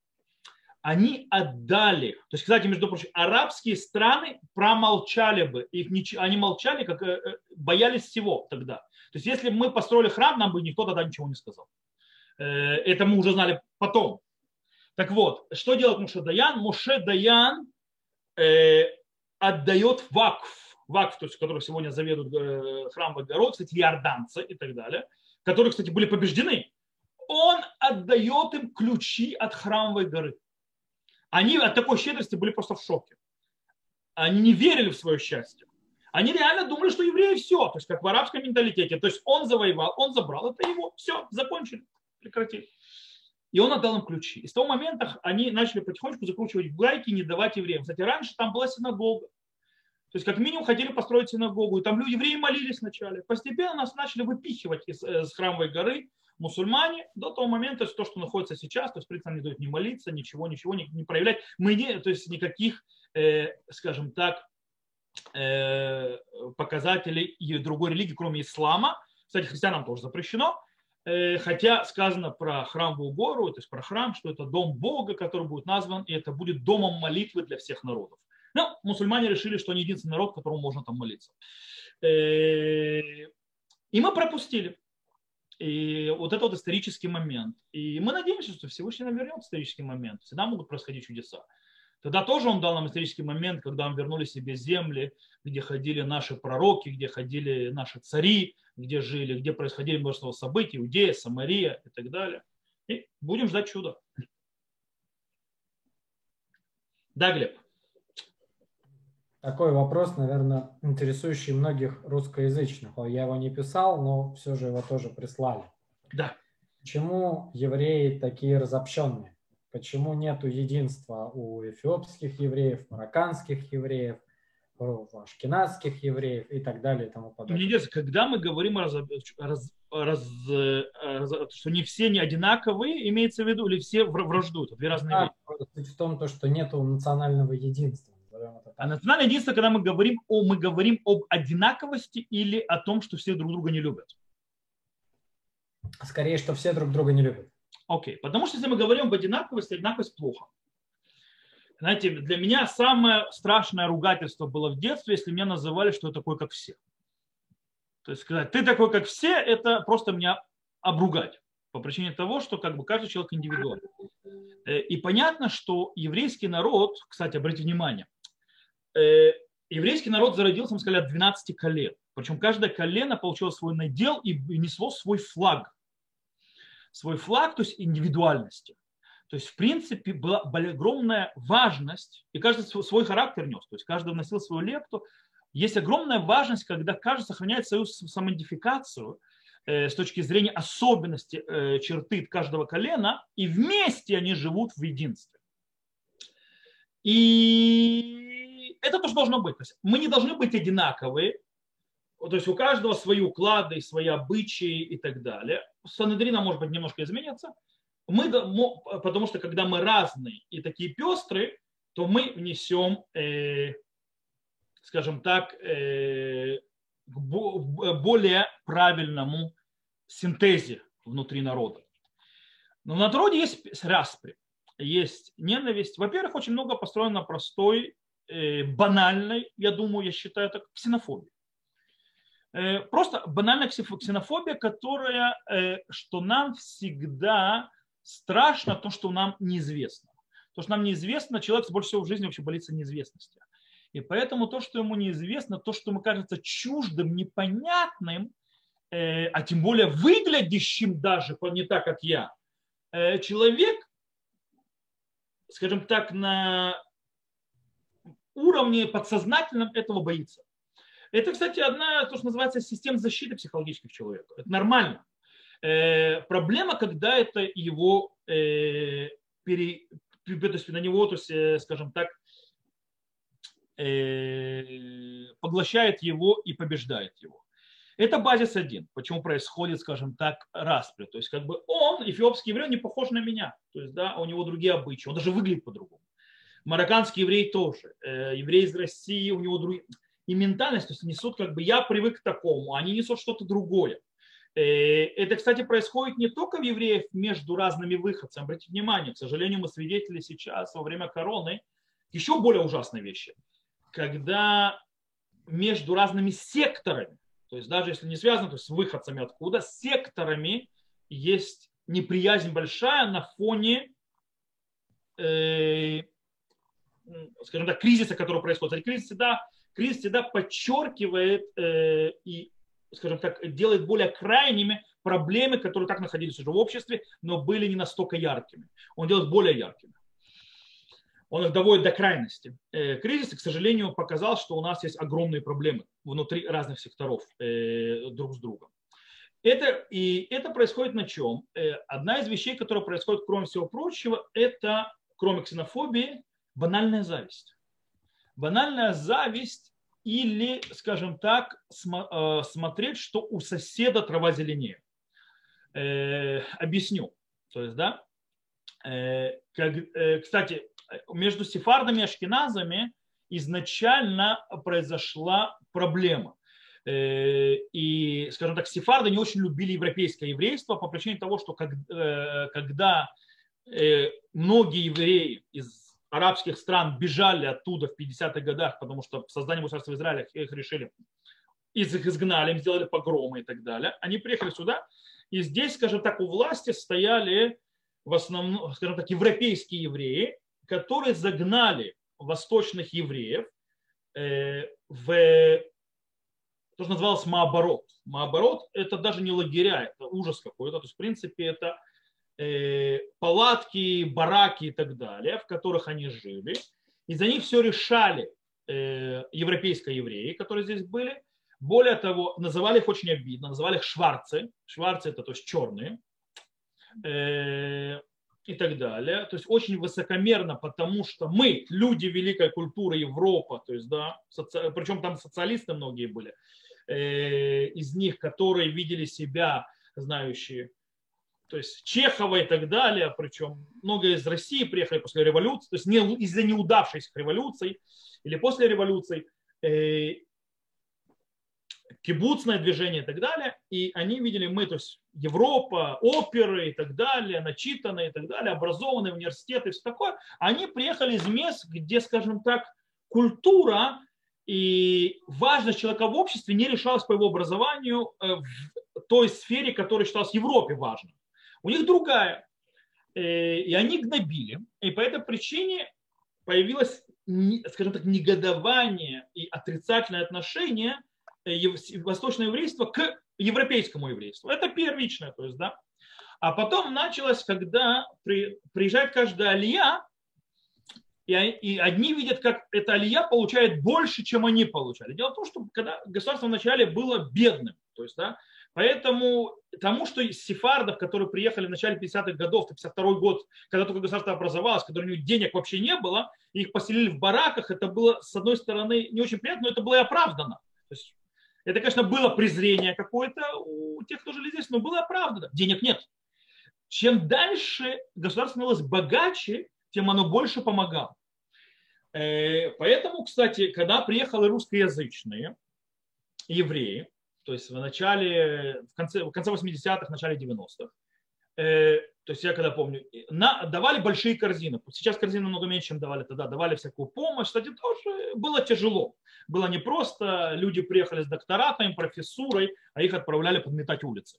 Они отдали, то есть, кстати, между прочим, арабские страны промолчали бы, их не, они молчали, как боялись всего тогда. То есть, если бы мы построили храм, нам бы никто тогда ничего не сказал. Это мы уже знали потом. Так вот, что делает Моше Даян? Моше Даян э, отдает вакф, вакф, то есть, который сегодня заведует э, храмовой горой, кстати, иорданцы и так далее, которые, кстати, были побеждены. Он отдает им ключи от храмовой горы. Они от такой щедрости были просто в шоке. Они не верили в свое счастье. Они реально думали, что евреи все, то есть как в арабском менталитете. То есть он завоевал, он забрал, это его, все, закончили, прекратили. И он отдал им ключи. И с того момента они начали потихонечку закручивать гайки и не давать евреям. Кстати, раньше там была синагога. То есть как минимум хотели построить синагогу. И там люди, евреи молились вначале. Постепенно нас начали выпихивать из, из храмовой горы мусульмане до того момента, то, что находится сейчас. То есть, в принципе, нам не дают не молиться, ничего, ничего не, не проявлять. Мы не, то есть никаких, э, скажем так, э, показателей другой религии, кроме ислама. Кстати, христианам тоже запрещено. Хотя сказано про храмовую гору, то есть про храм, что это дом Бога, который будет назван, и это будет домом молитвы для всех народов. Но мусульмане решили, что они единственный народ, которому можно там молиться. И мы пропустили. И вот это вот исторический момент. И мы надеемся, что Всевышний нам вернет исторический момент. Всегда могут происходить чудеса. Тогда тоже он дал нам исторический момент, когда мы вернули себе земли, где ходили наши пророки, где ходили наши цари, где жили, где происходили множество событий, Иудея, Самария и так далее. И будем ждать чуда. Да, Глеб? Такой вопрос, наверное, интересующий многих русскоязычных. Я его не писал, но все же его тоже прислали. Да. Почему евреи такие разобщенные? Почему нет единства у эфиопских евреев, марокканских евреев, у ашкеназских евреев и так далее и тому подобное? Мне интересно, когда мы говорим, раз, раз, раз, раз, что не все не одинаковые, имеется в виду, или все враждуют? Это две разные да, вещи. Суть в том, что нет национального единства. А национальное единство, когда мы говорим, о, мы говорим об одинаковости или о том, что все друг друга не любят? Скорее, что все друг друга не любят. Окей, okay. Потому что если мы говорим об одинаковости, одинаковость плохо. Знаете, для меня самое страшное ругательство было в детстве, если меня называли, что я такой, как все. То есть сказать, ты такой, как все, это просто меня обругать. По причине того, что как бы каждый человек индивидуален. И понятно, что еврейский народ, кстати, обратите внимание, еврейский народ зародился, мы сказали, от двенадцати колен. Причем каждое колено получило свой надел и несло свой флаг. Свой флаг, то есть индивидуальности. То есть, в принципе, была огромная важность, и каждый свой характер нес, то есть каждый вносил свою лепту. Есть огромная важность, когда каждый сохраняет свою самоидентификацию э, с точки зрения особенностей э, черты каждого колена, и вместе они живут в единстве. И это тоже должно быть. То есть мы не должны быть одинаковые, то есть у каждого свои уклады, свои обычаи и так далее. Санедрина, может быть, немножко изменится. Мы, потому что когда мы разные и такие пестрые, то мы внесем, э, скажем так, э, к более правильному синтезе внутри народа. Но в народе есть распри, есть ненависть. Во-первых, очень много построено на простой, э, банальной, я думаю, я считаю так, ксенофобии. Просто банальная ксенофобия, которая, что нам всегда страшно то, что нам неизвестно. То, что нам неизвестно, человек больше всего в жизни вообще боится неизвестности. И поэтому то, что ему неизвестно, то, что ему кажется чуждым, непонятным, а тем более выглядящим даже не так, как я, человек, скажем так, на уровне подсознательном этого боится. Это, кстати, одна, то, что называется, система защиты психологических человека. Это нормально. Э, проблема, когда это его, э, пере, то есть на него, то есть, э, скажем так, э, поглощает его и побеждает его. Это базис один. Почему происходит, скажем так, распри. То есть, как бы он, эфиопский еврей, не похож на меня. То есть, да, у него другие обычаи. Он даже выглядит по-другому. Марокканский еврей тоже. Э, еврей из России, у него другие... И ментальность, то есть несут, как бы я привык к такому, они несут что-то другое. Это, кстати, происходит не только в евреев между разными выходцами. Обратите внимание, к сожалению, мы свидетели сейчас во время короны еще более ужасной вещи. Когда между разными секторами, то есть даже если не связано то есть с выходцами откуда, с секторами есть неприязнь большая на фоне, э, скажем так, кризиса, который происходит. Кризис всегда Кризис всегда подчеркивает э, и, скажем так, делает более крайними проблемы, которые так находились уже в обществе, но были не настолько яркими. Он делает более яркими. Он их доводит до крайности. Э, кризис, к сожалению, показал, что у нас есть огромные проблемы внутри разных секторов э, друг с другом. Это, и это происходит на чем? Э, одна из вещей, которая происходит, кроме всего прочего, это, кроме ксенофобии, банальная зависть. Банальная зависть или, скажем так, см- э, смотреть, что у соседа трава зеленее. Э, объясню. То есть, да, э, как, э, кстати, между сефардами и ашкеназами изначально произошла проблема. Э, и и, скажем так, сефарды не очень любили европейское еврейство по причине того, что когда многие евреи из арабских стран бежали оттуда в пятидесятых годах, потому что создание государства Израиля их решили, их изгнали, им сделали погромы и так далее, они приехали сюда, и здесь, скажем так, у власти стояли в основном, скажем так, европейские евреи, которые загнали восточных евреев в то, что называлось Маабарот. Маабарот – это даже не лагеря, это ужас какой-то. То есть, в принципе, это э, палатки, бараки и так далее, в которых они жили. И за них все решали э, европейско-евреи, которые здесь были. Более того, называли их очень обидно, называли их шварцы. Шварцы – это то есть черные. Э, и так далее. То есть очень высокомерно, потому что мы, люди великой культуры Европа, то есть, да, соци... причем там социалисты многие были, э, из них, которые видели себя, знающие, то есть Чехова и так далее, причем много из России приехали после революции, то есть не, из-за неудавшихся революций или после революций, э, кибуцное движение и так далее, и они видели мы, то есть Европа, оперы и так далее, начитанные и так далее, образованные университеты и все такое, они приехали из мест, где, скажем так, культура и важность человека в обществе не решалась по его образованию в той сфере, которая считалась в Европе важной. У них другая. И они гнобили. И по этой причине появилось, скажем так, негодование и отрицательное отношение восточного еврейства к европейскому еврейству. Это первичное, то есть, да. А потом началось, когда при, приезжает каждая алия, и, и одни видят, как эта алия получает больше, чем они получали. Дело в том, что когда государство вначале было бедным, то есть, да, поэтому тому, что из сефардов, которые приехали в начале пятидесятых годов, пятьдесят второй год, когда только государство образовалось, когда у них денег вообще не было, их поселили в бараках, это было, с одной стороны, не очень приятно, но это было и оправдано. То есть, это, конечно, было презрение какое-то у тех, кто жили здесь, но было оправдано. Денег нет. Чем дальше государство становилось богаче, тем оно больше помогало. Поэтому, кстати, когда приехали русскоязычные евреи, то есть в начале, в конце, в конце восьмидесятых, в начале девяностых, то есть я когда помню, на, давали большие корзины. Сейчас корзины намного меньше, чем давали тогда. Давали всякую помощь. Кстати, тоже было тяжело. Было непросто. Люди приехали с докторатом, профессурой, а их отправляли подметать улицы.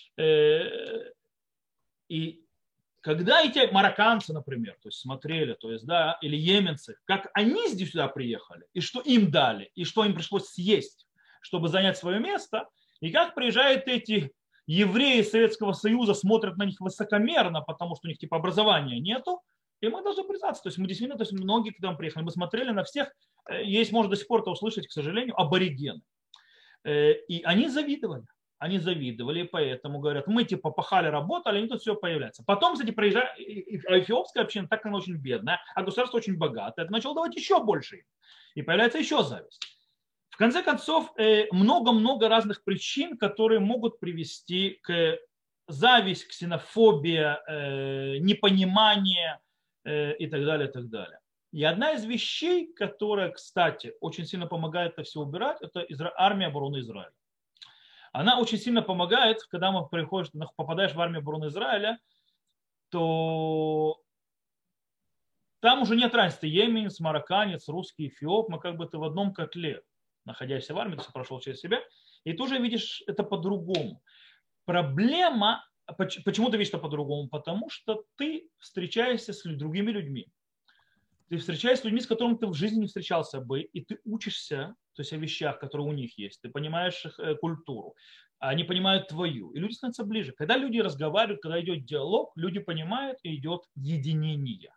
И когда эти марокканцы, например, то есть смотрели, то есть, да, или йеменцы, как они здесь сюда приехали, и что им дали, и что им пришлось съесть, чтобы занять свое место, и как приезжают эти евреи Советского Союза, смотрят на них высокомерно, потому что у них типа образования нету, и мы должны признаться, то есть мы действительно, то есть многие, когда мы приехали, мы смотрели на всех, есть, можно до сих пор это услышать, к сожалению, аборигены. И они завидовали. Они завидовали, поэтому говорят, мы типа пахали, работали, они тут все появляется. Потом, кстати, приезжает, эфиопская община, так она очень бедная, а государство очень богатое, это начало давать еще больше. И появляется еще зависть. В конце концов, много-много разных причин, которые могут привести к зависть, ксенофобия, непонимание и так далее, и так далее. И одна из вещей, которая, кстати, очень сильно помогает это все убирать, это армия обороны Израиля. Она очень сильно помогает, когда мы приходишь, попадаешь в армию обороны Израиля, то там уже нет разницы, ты йеменец, марокканец, русский, эфиоп, мы как бы ты в одном котле, находясь в армии, ты прошел через себя, и ты уже видишь это по-другому. Проблема, почему ты видишь это по-другому? Потому что ты встречаешься с другими людьми. Ты встречаешься с людьми, с которыми ты в жизни не встречался бы, и ты учишься, то есть о вещах, которые у них есть, ты понимаешь их культуру, они понимают твою, и люди становятся ближе. Когда люди разговаривают, когда идет диалог, люди понимают, и идет единение.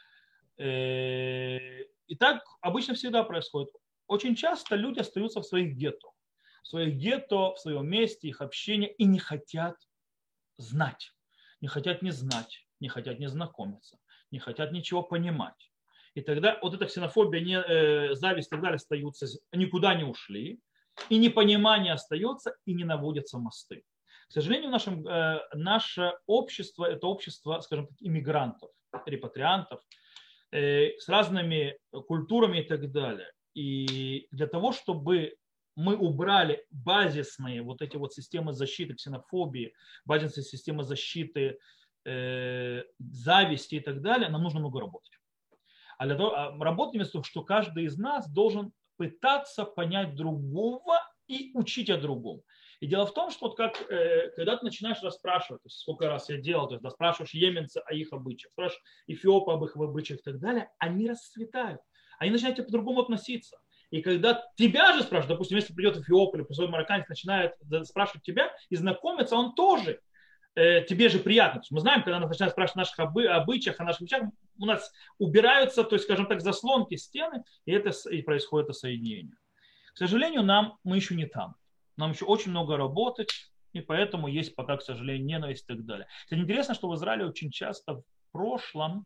И так обычно всегда происходит. Очень часто люди остаются в своих гетто, в своих гетто, в своем месте, их общение, и не хотят знать, не хотят не знать, не хотят не знакомиться, не хотят ничего понимать. И тогда вот эта ксенофобия, не, э, зависть и так далее остаются, никуда не ушли, и непонимание остается, и не наводятся мосты. К сожалению, в нашем, э, наше общество – это общество, скажем так, иммигрантов, репатриантов, э, с разными культурами и так далее. И для того, чтобы мы убрали базисные вот эти вот системы защиты ксенофобии, базисные системы защиты э, зависти и так далее, нам нужно много работать. А для того, а работать вместо того, что каждый из нас должен пытаться понять другого и учить о другом. И дело в том, что вот как, э, когда ты начинаешь расспрашивать, то есть сколько раз я делал, то есть спрашиваешь йеменца о их обычаях, спрашиваешь эфиопа об их обычаях и так далее, они расцветают, они начинают тебе по-другому относиться. И когда тебя же спрашивают, допустим, если придет эфиоп или придет марокканец, начинает спрашивать тебя и знакомиться, он тоже, э, тебе же приятно. То есть мы знаем, когда нас начинают спрашивать о наших обы- обычаях, о наших вещах, у нас убираются, то есть, скажем так, заслонки, стены, и это и происходит это соединение. К сожалению, нам, мы еще не там. Нам еще очень много работать, и поэтому есть пока, к сожалению, ненависть и так далее. Кстати, интересно, что в Израиле очень часто в прошлом,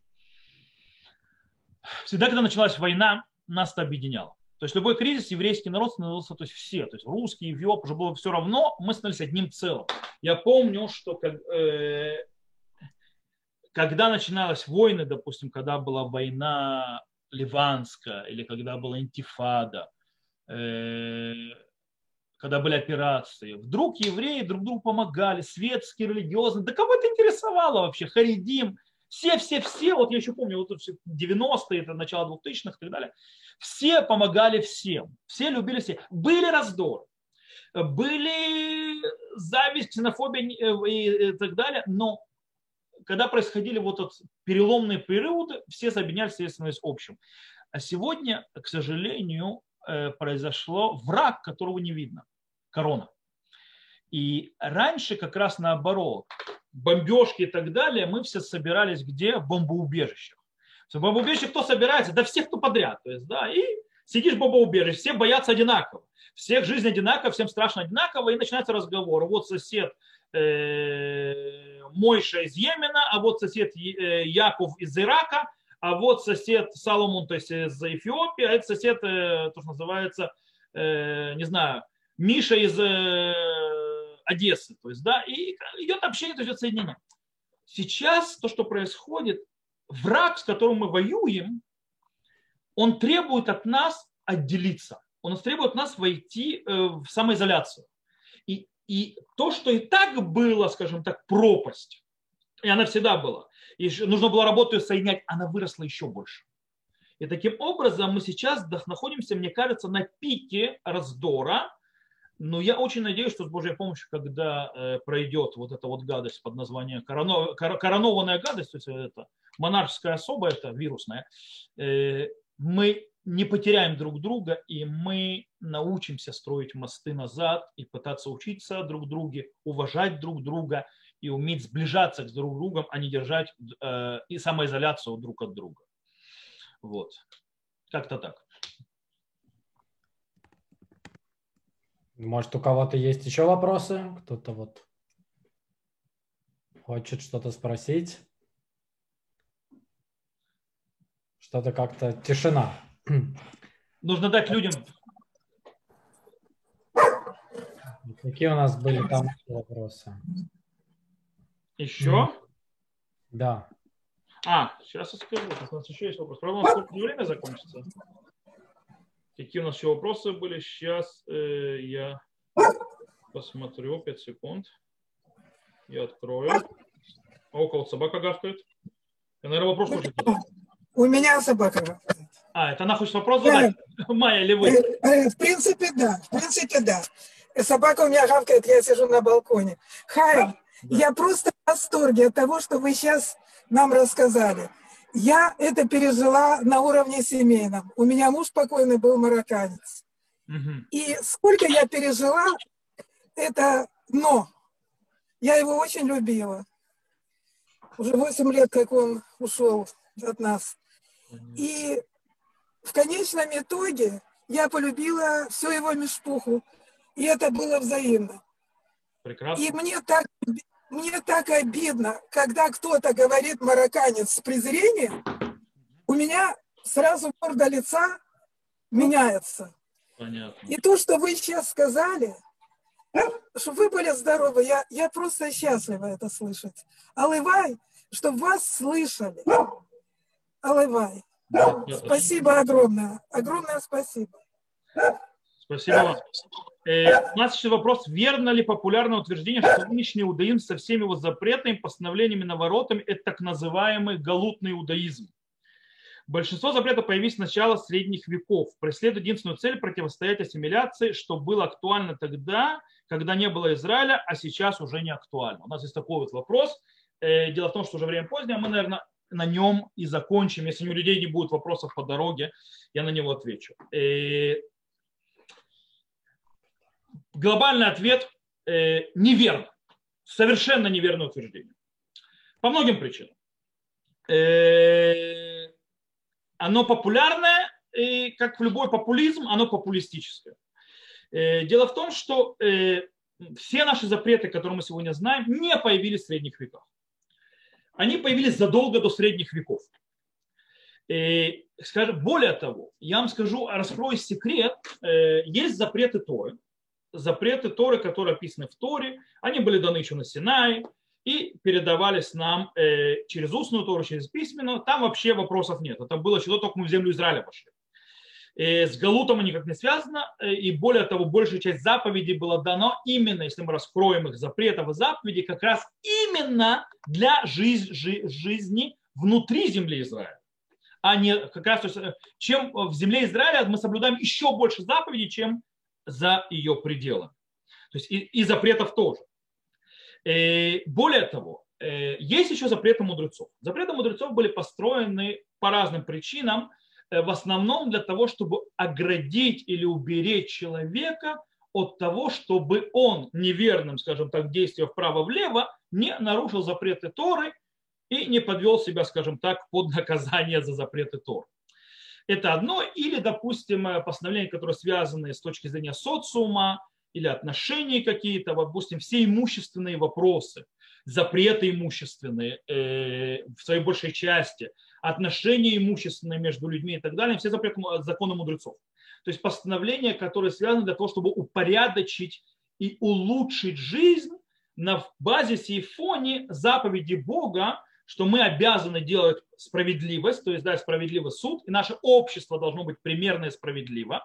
всегда, когда началась война, нас это объединяло. То есть любой кризис, еврейский народ становился, то есть все, то есть русские, эфиоп, уже было все равно, мы становились одним целым. Я помню, что как, э, когда начиналась война, допустим, когда была война ливанская, или когда была интифада, э, когда были операции, вдруг евреи друг другу помогали, светские, религиозные, да кого это интересовало вообще, харидим, все-все-все, вот я еще помню, вот девяностые, это начало двухтысячных и так далее, все помогали всем, все любили всех, были раздоры, были зависть, ксенофобия и так далее, но когда происходили вот этот переломные периоды, все объединялись, все становились общим. А сегодня, к сожалению, произошло враг, которого не видно, корона. И раньше как раз наоборот, бомбежки и так далее, мы все собирались где? В бомбоубежищах. В бомбоубежище кто собирается? Да всех, кто подряд. То есть, да, и сидишь в бомбоубежище, все боятся одинаково. Всех жизнь одинаково, всем страшно одинаково, и начинается разговор. Вот сосед э, Мойша из Йемена, а вот сосед э, Яков из Ирака, а вот сосед Соломон, то есть из Эфиопии, а это сосед, то, что называется, не знаю, Миша из Одессы. То есть, да, и идет общение, то есть идет соединение. Сейчас то, что происходит, враг, с которым мы воюем, он требует от нас отделиться. Он требует от нас войти в самоизоляцию. И, и то, что и так было, скажем так, пропасть, и она всегда была, и нужно было работу соединять, она выросла еще больше. И таким образом мы сейчас находимся, мне кажется, на пике раздора. Но я очень надеюсь, что с Божьей помощью, когда э, пройдет вот эта вот гадость под названием короно, коронованная гадость, то есть это монаршеская особа, это вирусная, э, мы не потеряем друг друга, и мы научимся строить мосты назад и пытаться учиться друг друге, уважать друг друга и уметь сближаться с друг другом, а не держать э, и самоизоляцию друг от друга. Вот. Как-то так. Может, у кого-то есть еще вопросы? Кто-то вот хочет что-то спросить? Что-то как-то тишина. Нужно дать людям. Какие у нас были там вопросы? Еще? Да. А, сейчас я скажу. У нас еще есть вопрос. Правда, у нас сколько время закончится? Какие у нас еще вопросы были? Сейчас э, я посмотрю. пять секунд. Я открою. А у кого собака гавкает? Я, наверное, вопрос хочет задать. У меня собака гавкает. А, это она хочет вопрос задать? Да. Майя, или вы? В принципе, да. В принципе, да. Собака у меня гавкает, я сижу на балконе. Хайм, да. Я просто в восторге от того, что вы сейчас нам рассказали. Я это пережила на уровне семейном. У меня муж покойный был марокканец. Угу. И сколько я пережила, это но. Я его очень любила. Уже восемь лет, как он ушел от нас. И в конечном итоге я полюбила всю его мишпуху. И это было взаимно. Прекрасно. И мне так, мне так обидно, когда кто-то говорит марокканец с презрением, у меня сразу морда лица меняется. Понятно. И то, что вы сейчас сказали, чтобы вы были здоровы, я, я просто счастлива это слышать. Алывай, чтобы вас слышали. Алывай. Да, спасибо огромное. Огромное спасибо. Спасибо вам. Э, у нас еще вопрос, верно ли популярное утверждение, что нынешний иудаизм со всеми его запретами, постановлениями, наворотами, это так называемый галутный иудаизм. Большинство запретов появились с начала средних веков, преследуя единственную цель противостоять ассимиляции, что было актуально тогда, когда не было Израиля, а сейчас уже не актуально. У нас есть такой вот вопрос. Дело в том, что уже время позднее, мы, наверное, на нем и закончим. Если у людей не будет вопросов по дороге, я на него отвечу. Глобальный ответ э, неверно. Совершенно неверное утверждение. По многим причинам. Э, оно популярное, и, как в любой популизм, оно популистическое. Э, дело в том, что э, все наши запреты, которые мы сегодня знаем, не появились в средних веках. Они появились задолго до средних веков. И, скажем, более того, я вам скажу, раскрою секрет, э, есть запреты Торы. Запреты Торы, которые описаны в Торе, они были даны еще на Синае и передавались нам э, через устную Тору, через письменную. Там вообще вопросов нет. Это было еще до того, как мы в землю Израиля пошли. Э, с Галутом они никак не связаны. Э, и более того, большая часть заповедей была дана именно, если мы раскроем их запретов и заповедей, как раз именно для жизнь, жи, жизни внутри земли Израиля. А не как раз, то есть, чем в земле Израиля мы соблюдаем еще больше заповедей, чем за ее пределами. То есть и, и запретов тоже. И более того, есть еще запреты мудрецов. Запреты мудрецов были построены по разным причинам, в основном для того, чтобы оградить или уберечь человека от того, чтобы он неверным, скажем так, действием вправо-влево не нарушил запреты Торы и не подвел себя, скажем так, под наказание за запреты Торы. Это одно, или, допустим, постановления, которые связаны с точки зрения социума или отношений какие-то, допустим, все имущественные вопросы, запреты имущественные э, в своей большей части, отношения имущественные между людьми и так далее, все запреты закона мудрецов. То есть постановления, которые связаны для того, чтобы упорядочить и улучшить жизнь на базисе и фоне заповеди Бога, что мы обязаны делать справедливость, то есть дать справедливый суд, и наше общество должно быть примерно и справедливо.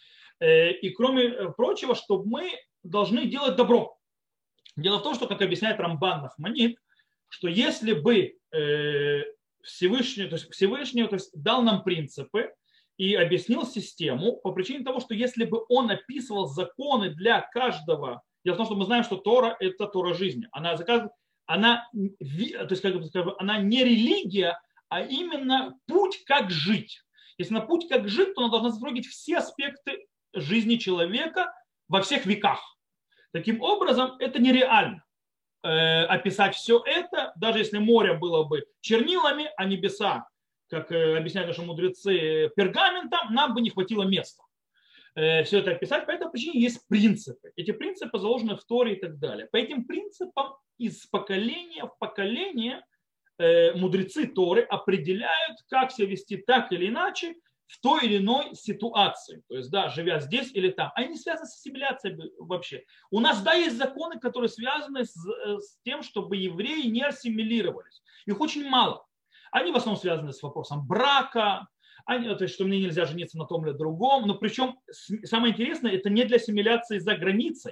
И кроме прочего, что мы должны делать добро. Дело в том, что, как объясняет Рамбан Нахманит, что если бы Всевышний, то есть Всевышний то есть дал нам принципы и объяснил систему по причине того, что если бы он описывал законы для каждого, дело в том, что мы знаем, что Тора – это Тора жизни. Она заказывает Она, то есть, как бы сказать, она не религия, а именно путь, как жить. Если на путь, как жить, то она должна затрагивать все аспекты жизни человека во всех веках. Таким образом, это нереально э, описать все это, даже если море было бы чернилами, а небеса, как э, объясняют наши мудрецы, пергаментом, нам бы не хватило места. Э, все это описать, по этой причине есть принципы. Эти принципы заложены в Торе и так далее. По этим принципам из поколения в поколение э, мудрецы Торы определяют, как себя вести так или иначе в той или иной ситуации. То есть, да, живя здесь или там. Они не связаны с ассимиляцией вообще. У нас, да, есть законы, которые связаны с, с тем, чтобы евреи не ассимилировались. Их очень мало. Они в основном связаны с вопросом брака, они, то есть, что мне нельзя жениться на том или другом. Но причем, самое интересное, это не для ассимиляции за границей.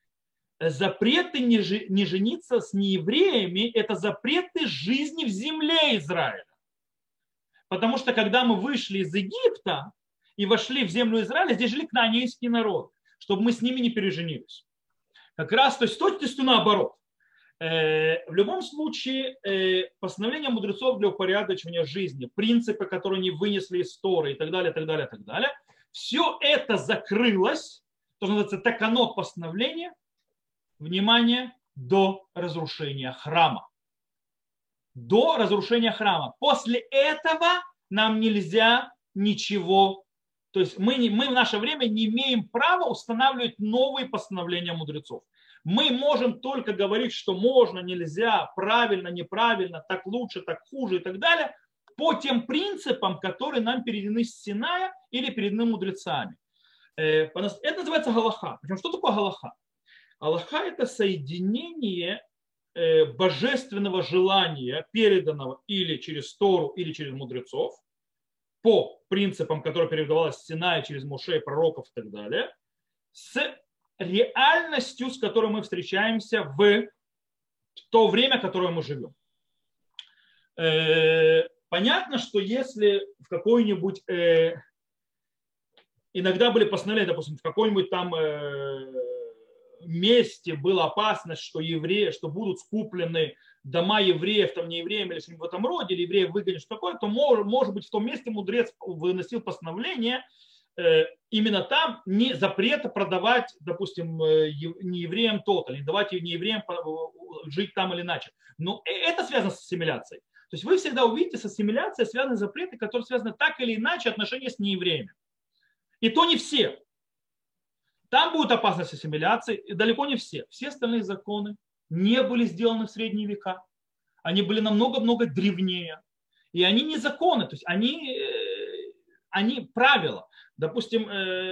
Запреты не, жи, не жениться с неевреями – это запреты жизни в земле Израиля. Потому что когда мы вышли из Египта и вошли в землю Израиля, здесь жили кнаанейские народы, чтобы мы с ними не переженились. Как раз, то есть, точностью наоборот. В любом случае, постановления мудрецов для упорядочивания жизни, принципы, которые они вынесли из Торы и так далее, так далее, так далее, все это закрылось, то, что называется таканот постановления, внимание, до разрушения храма. До разрушения храма. После этого нам нельзя ничего, то есть мы, не, мы в наше время не имеем права устанавливать новые постановления мудрецов. Мы можем только говорить, что можно, нельзя, правильно, неправильно, так лучше, так хуже и так далее, по тем принципам, которые нам переданы с Синая или переданы мудрецами. Это называется галаха. Причем что такое галаха? Галаха – это соединение божественного желания, переданного или через Тору, или через мудрецов, по принципам, которые передавалось с Синая через Моше, пророков и так далее, с реальностью, с которой мы встречаемся в то время, в которое мы живем. Понятно, что если в какой-нибудь... Иногда были постановления, допустим, в какой-нибудь там месте была опасность, что евреи, что будут скуплены дома евреев, там не евреям или что-нибудь в этом роде, или евреев выгонят, что такое, то может, может быть в том месте мудрец выносил постановление э, именно там не запрета продавать, допустим, э, не евреям то-то, или давать не евреям жить там или иначе. Но это связано с ассимиляцией. То есть вы всегда увидите, с ассимиляцией связаны запреты, которые связаны так или иначе отношения с неевреями. И то не все. Там будет опасность ассимиляции, и далеко не все. Все остальные законы не были сделаны в средние века. Они были намного-много древнее. И они не законы, то есть они, они правила. Допустим,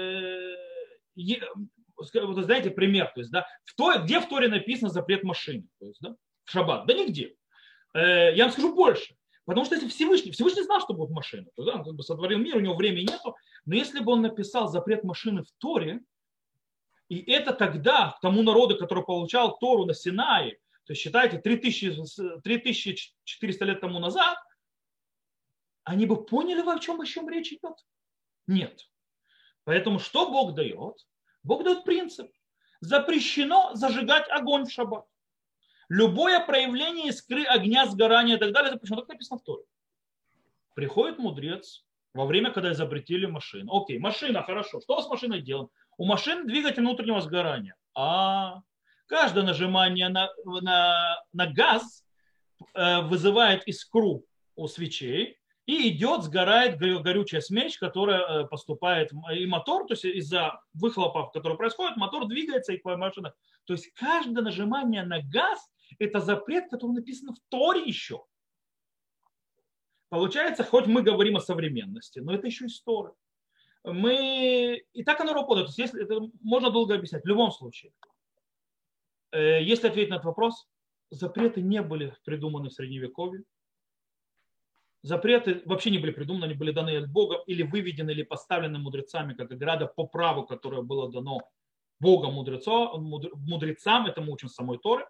вот знаете пример, то есть, да, в Торе, где в Торе написано запрет машины, то есть, да, в шаббат? Да нигде. Я вам скажу больше. Потому что если Всевышний, Всевышний знал, что будет машина, то, да, он как бы сотворил мир, у него времени нету, но если бы он написал запрет машины в Торе, и это тогда тому народу, который получал Тору на Синае, то есть считайте, три тысячи четыреста лет тому назад, они бы поняли, о чем, о чем речь идет? Нет. Поэтому что Бог дает? Бог дает принцип. Запрещено зажигать огонь в шаббат. Любое проявление искры, огня, сгорания и так далее запрещено. Так написано в Торе. Приходит мудрец во время, когда изобретили машину. Окей, машина, хорошо. Что с машиной делаем? У машины двигатель внутреннего сгорания. А каждое нажимание на, на, на газ э, вызывает искру у свечей и идет, сгорает горючая смесь, которая поступает и мотор, то есть из-за выхлопов, которые происходят, мотор двигается и машина. То есть каждое нажимание на газ – это запрет, который написан в Торе еще. Получается, хоть мы говорим о современности, но это еще из Торы. Мы... И так оно работает. То есть, если... Это можно долго объяснять. В любом случае, если ответить на этот вопрос, запреты не были придуманы в Средневековье. Запреты вообще не были придуманы, они были даны от Бога или выведены, или поставлены мудрецами, как ограда по праву, которое было дано Богом мудрецам. Это мы учим с самой Торы.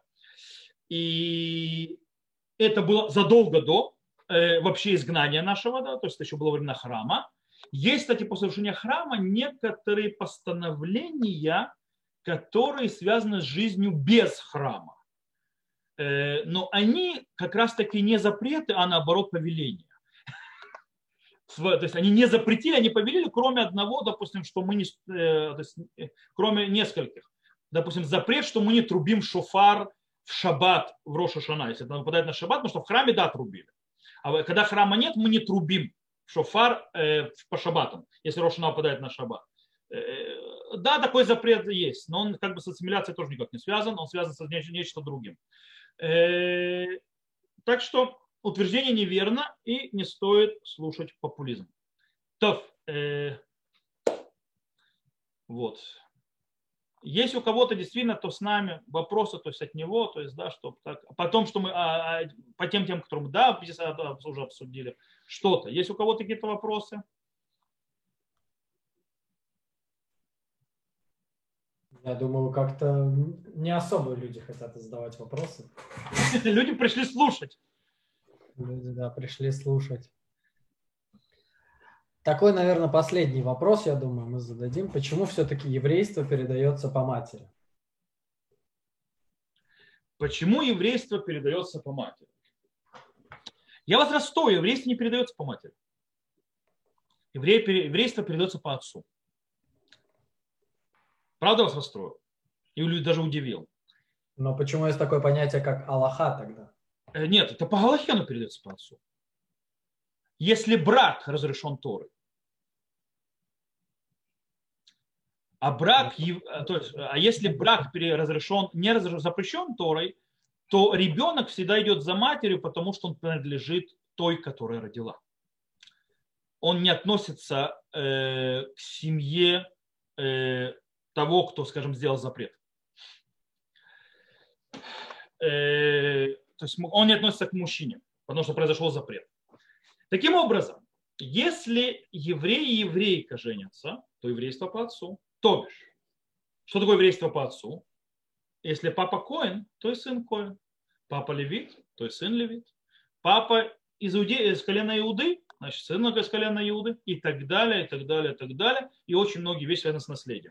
И это было задолго до э, вообще изгнания нашего, да, то есть это еще было во времена храма. Есть, кстати, после разрушения храма некоторые постановления, которые связаны с жизнью без храма. Э, но они как раз-таки не запреты, а наоборот повеления. То есть они не запретили, они повелели, кроме одного, допустим, что мы не, э, то есть, кроме нескольких. Допустим, запрет, что мы не трубим шофар в шаббат, в Рош ха-Шана, если это выпадает на шаббат, потому что в храме, да, трубили. А когда храма нет, мы не трубим шофар э, по шаббатам, если Рош ха-Шана выпадает на шаббат. Э, да, такой запрет есть, но он как бы с ассимиляцией тоже никак не связан, он связан с нечто другим. Э, так что утверждение неверно и не стоит слушать популизм. То, э, вот. Если у кого-то действительно, то с нами вопросы, то есть от него, то есть, да, что так, потом, что мы, а, а, по тем тем, которым, да, уже обсудили, что-то. Есть у кого-то какие-то вопросы? Я думаю, как-то не особо люди хотят задавать вопросы. Люди пришли слушать. Люди, да, пришли слушать. Такой, наверное, последний вопрос, я думаю, мы зададим. Почему все-таки еврейство передается по матери? Почему еврейство передается по матери? Я вас расстрою, еврейство не передается по матери. Еврейство передается по отцу. Правда вас расстрою? Или даже удивил? Но почему есть такое понятие, как Аллаха тогда? Нет, это по Галахе оно передается по отцу. Если брак разрешен Торой, а брак, то есть, а если брак разрешен, не разрешен, запрещен Торой, то ребенок всегда идет за матерью, потому что он принадлежит той, которая родила. Он не относится э, к семье э, того, кто, скажем, сделал запрет. Э, то есть он не относится к мужчине, потому что произошел запрет. Таким образом, если еврей и еврейка женятся, то еврейство по отцу. То бишь, Что такое еврейство по отцу? Если папа коэн, то и сын коэн. Папа левит, то и сын левит. Папа из, Иуде... из колена Иуды, значит, сын из колена Иуды. И так далее, и так далее, и так далее. И очень многие вещи связаны с наследием.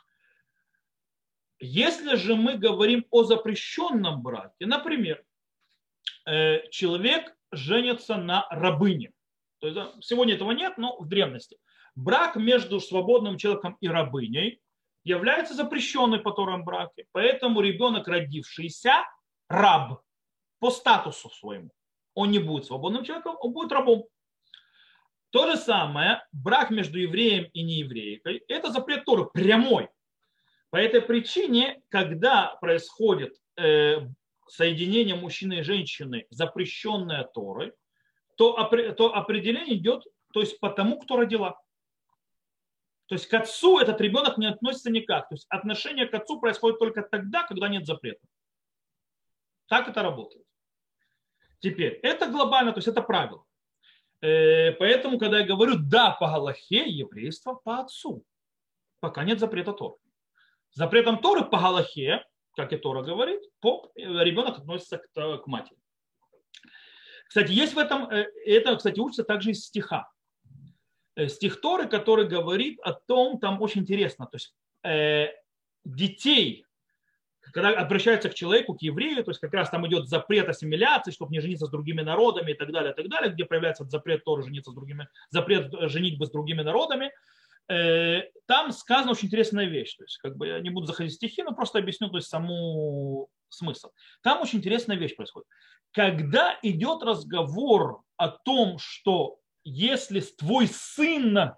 Если же мы говорим о запрещенном браке, например, человек женится на рабыне. То есть, сегодня этого нет, но в древности. Брак между свободным человеком и рабыней является запрещенным по Торам браке. Поэтому ребенок, родившийся, раб по статусу своему. Он не будет свободным человеком, он будет рабом. То же самое, брак между евреем и нееврейкой, это запрет Торы прямой. По этой причине, когда происходит э, соединение мужчины и женщины, запрещенное Торой, то, то определение идет, то есть по тому, кто родила. То есть к отцу этот ребенок не относится никак. То есть отношение к отцу происходит только тогда, когда нет запрета. Так это работает. Теперь, это глобально, то есть это правило. Э, поэтому, когда я говорю да по галахе, еврейство по отцу. Пока нет запрета Торы. Запретом Торы по галахе, как и Тора говорит, по, ребенок относится к, к матери. Кстати, есть в этом, это, кстати, учится также из стиха. Стих Торы, который говорит о том, там очень интересно, то есть э, детей, когда обращаются к человеку, к еврею, то есть как раз там идет запрет ассимиляции, чтобы не жениться с другими народами и так далее, и так далее, где проявляется запрет Торы жениться с другими, запрет женитьбы с другими народами. Там сказана очень интересная вещь. То есть, как бы я не буду заходить в стихи, но просто объясню, то есть, саму смысл. Там очень интересная вещь происходит. Когда идет разговор о том, что если твой сын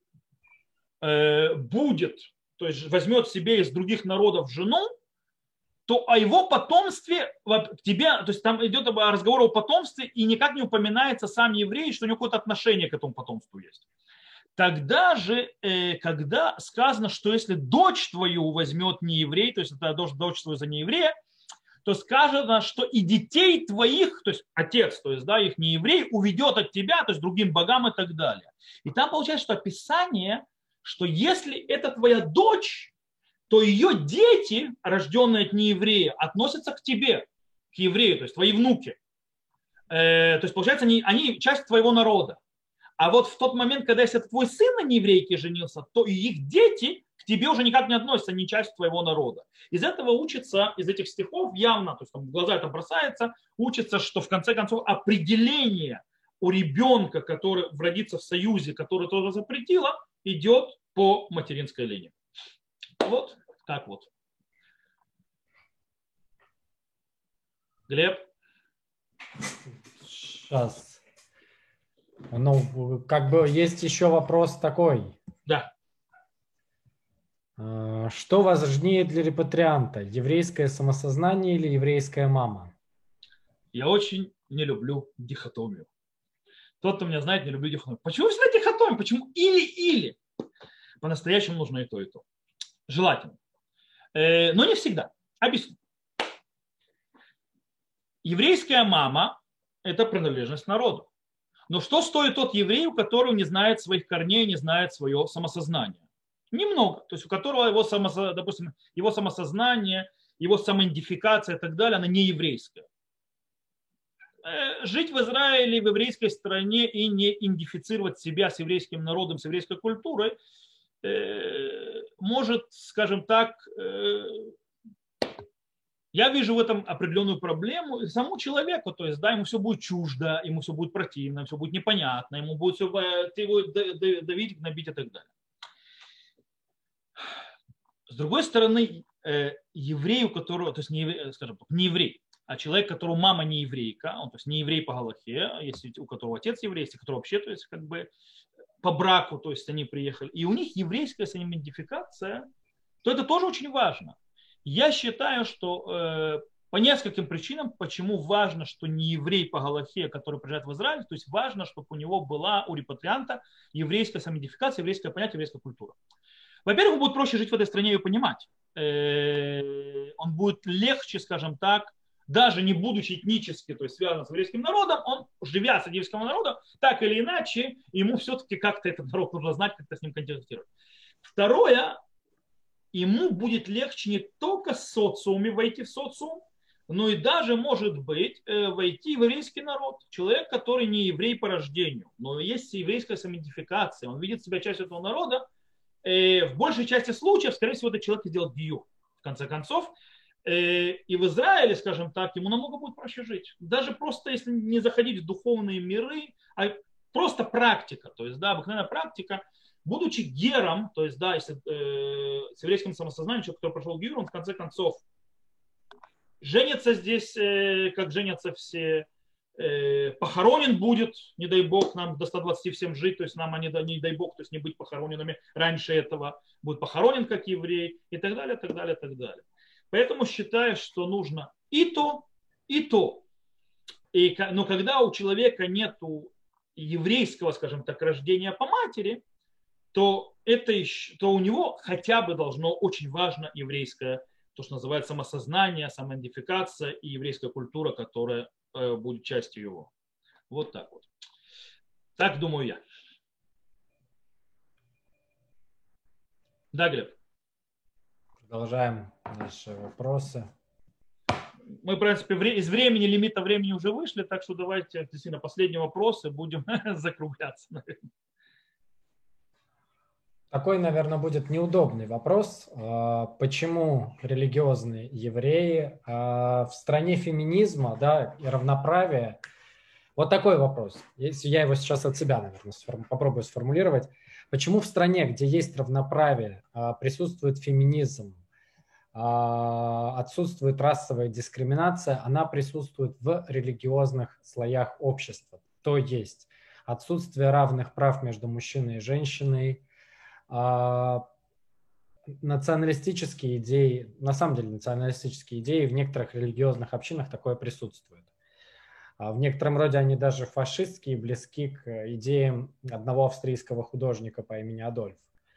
э, будет, то есть возьмет себе из других народов жену, то о его потомстве к тебе, то есть там идет разговор о потомстве, и никак не упоминается сам еврей, что у него какое-то отношение к этому потомству есть. Тогда же, когда сказано, что если дочь твою возьмет не еврей, то есть это дочь твою за не еврея, то сказано, что и детей твоих, то есть отец, то есть да, их не еврей, уведет от тебя, то есть другим богам и так далее. И там получается, что описание, что если это твоя дочь, то ее дети, рожденные от нееврея, относятся к тебе, к еврею, то есть твои внуки. То есть получается, они, они часть твоего народа. А вот в тот момент, когда если это твой сын на нееврейке женился, то и их дети к тебе уже никак не относятся, не часть твоего народа. Из этого учится, из этих стихов явно, то есть там в глаза это бросается, учится, что в конце концов определение у ребенка, который родится в союзе, который тоже запретила, идет по материнской линии. Вот так вот. Глеб? Сейчас. Ну, как бы есть еще вопрос такой. Да. Что важнее для репатрианта? Еврейское самосознание или еврейская мама? Я очень не люблю дихотомию. Тот, кто меня знает, не люблю дихотомию. Почему всегда дихотомия? Почему или-или? По-настоящему нужно и то, и то. Желательно. Но не всегда. Объясню. Еврейская мама – это принадлежность народу. Но что стоит тот еврей, у которого не знает своих корней, не знает свое самосознание? Немного. То есть у которого его, самосо... допустим, его самосознание, его самоидентификация и так далее, она не еврейская. Жить в Израиле, в еврейской стране и не идентифицировать себя с еврейским народом, с еврейской культурой, может, скажем так, я вижу в этом определенную проблему и самому человеку, то есть, да, ему все будет чуждо, ему все будет противно, ему все будет непонятно, ему будет все его давить, гнобить и так далее. С другой стороны, еврей, у которого, то есть, не, скажем так, не еврей, а человек, у которого мама не еврейка, он, то есть, не еврей по галахе, если у которого отец еврей, если у которого вообще, то есть, как бы по браку, то есть, они приехали, и у них еврейская самоидентификация, то это тоже очень важно. Я считаю, что э, по нескольким причинам, почему важно, что не еврей по галахе, который приезжает в Израиль, то есть важно, чтобы у него была, у репатрианта, еврейская самоидентификация, еврейское понятие, еврейская культура. Во-первых, будет проще жить в этой стране и ее понимать. Э, он будет легче, скажем так, даже не будучи этнически, то есть связан с еврейским народом, он, живя с еврейским народом, так или иначе, ему все-таки как-то этот народ нужно знать, как-то с ним контактировать. Второе, ему будет легче не только в социуме войти в социум, но и даже, может быть, войти в еврейский народ. Человек, который не еврей по рождению, но есть еврейская самоидентификация, он видит себя частью этого народа, в большей части случаев, скорее всего, этот человек сделает гиюр, в конце концов. И в Израиле, скажем так, ему намного будет проще жить. Даже просто, если не заходить в духовные миры, а просто практика, то есть, да, обыкновенная практика, будучи гером, то есть, да, если э, с еврейским самосознанием, человек, который прошел гиюр, он в конце концов женится здесь, э, как женятся все, э, похоронен будет, не дай бог, нам до ста двадцати всем жить, то есть нам, не, не дай бог, то есть не быть похороненными раньше этого, будет похоронен как еврей и так далее, так далее, так далее. Поэтому считаю, что нужно и то, и то. И, но когда у человека нет еврейского, скажем так, рождения по матери, то, это еще, то у него хотя бы должно очень важно еврейское, то, что называется самосознание, самоидентификация и еврейская культура, которая э, будет частью его. Вот так вот. Так думаю я. Да, Глеб? Продолжаем наши вопросы. Мы, в принципе, из времени, лимита времени уже вышли, так что давайте действительно последние вопросы будем закругляться. Наверное. Такой, наверное, будет неудобный вопрос. Почему религиозные евреи в стране феминизма, да, и равноправия? Вот такой вопрос. Если я его сейчас от себя, наверное, попробую сформулировать. Почему в стране, где есть равноправие, присутствует феминизм, отсутствует расовая дискриминация, она присутствует в религиозных слоях общества? То есть отсутствие равных прав между мужчиной и женщиной, националистические идеи, на самом деле националистические идеи в некоторых религиозных общинах такое присутствует. В некотором роде они даже фашистские, близки к идеям одного австрийского художника по имени Адольф.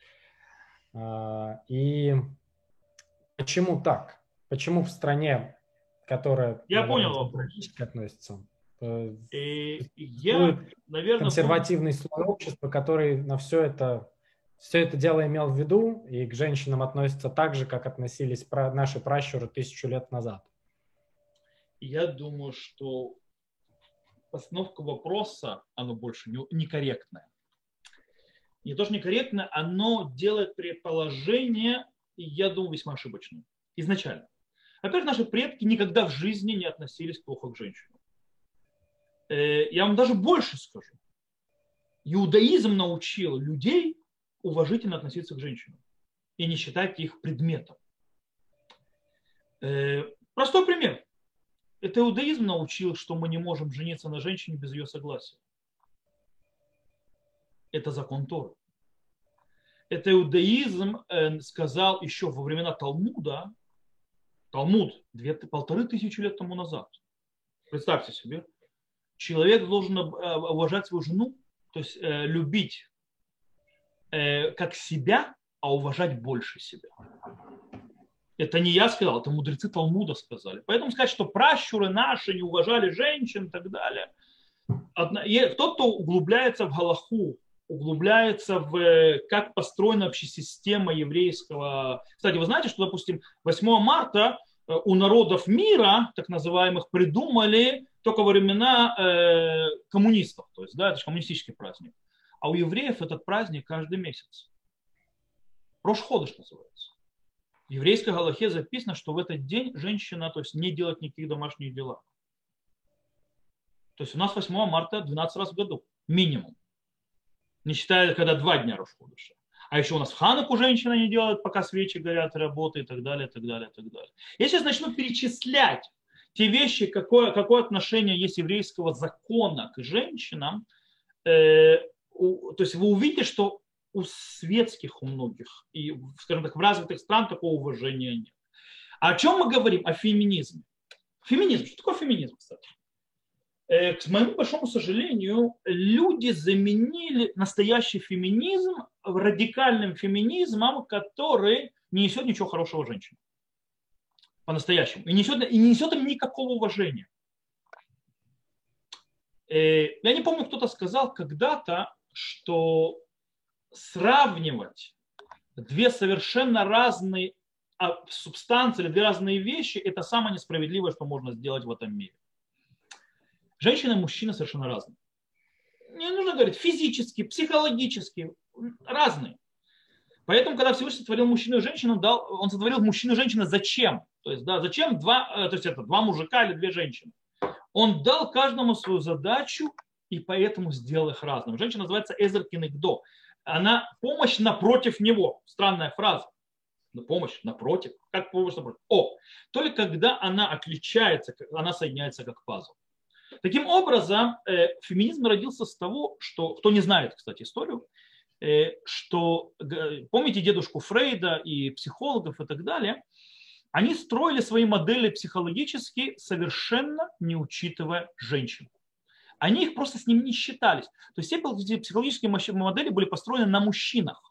И почему так? Почему в стране, которая, я наверное, понял вопрос, относится, и я, наверное, консервативный слой общества, который на все это Все это дело имел в виду и к женщинам относятся так же, как относились наши пращуры тысячу лет назад? Я думаю, что постановка вопроса, оно больше некорректное. Не то, что некорректное, оно делает предположение, и я думаю, весьма ошибочное. Изначально. Во-первых, наши предки никогда в жизни не относились плохо к женщинам. Я вам даже больше скажу. Иудаизм научил людей уважительно относиться к женщинам и не считать их предметом. Простой пример. Это иудаизм научил, что мы не можем жениться на женщине без ее согласия. Это закон Торы. Это иудаизм сказал еще во времена Талмуда, Талмуд две, полторы тысячи лет тому назад. Представьте себе, человек должен уважать свою жену, то есть любить как себя, а уважать больше себя. Это не я сказал, это мудрецы Талмуда сказали. Поэтому сказать, что пращуры наши не уважали женщин и так далее. Тот, кто углубляется в галаху, углубляется в как построена вообще система еврейского... Кстати, вы знаете, что, допустим, восьмого марта у народов мира, так называемых, придумали только во времена коммунистов. То есть, да, это же коммунистический праздник. А у евреев этот праздник каждый месяц. Рош ходыш называется. В еврейской галахе записано, что в этот день женщина, то есть, не делает никаких домашних дел. То есть у нас восьмого марта двенадцать раз в году. Минимум. Не считая, когда два дня Рош ходыша. А еще у нас в Хануку женщина не делает, пока свечи горят, работает и так далее, и так далее, и так далее. Я сейчас начну перечислять те вещи, какое, какое отношение есть еврейского закона к женщинам. Э, у, то есть вы увидите, что у светских, у многих, и, скажем так, в развитых странах такого уважения нет. А о чем мы говорим? О феминизме. Феминизм. Что такое феминизм, кстати? К моему большому сожалению, люди заменили настоящий феминизм радикальным феминизмом, который не несет ничего хорошего женщине. По-настоящему. И, несет, и не несет им никакого уважения. Я не помню, кто-то сказал когда-то, что сравнивать две совершенно разные субстанции или две разные вещи, это самое несправедливое, что можно сделать в этом мире. Женщина и мужчина совершенно разные. Не нужно говорить физически, психологически, разные. Поэтому, когда Всевышний сотворил мужчину и женщину, он, дал, он сотворил мужчину и женщину зачем? То есть, да, зачем два, то есть это два мужика или две женщины? Он дал каждому свою задачу и поэтому сделал их разным. Женщина называется Эзер Кенегдо. Она помощь напротив него. Странная фраза. Помощь напротив. Как помощь напротив? О, только когда она отличается, она соединяется как пазл. Таким образом, феминизм родился с того, что, кто не знает, кстати, историю, что, помните дедушку Фрейда и психологов и так далее, они строили свои модели психологически, совершенно не учитывая женщин. Они их просто с ним не считались. То есть все психологические модели были построены на мужчинах.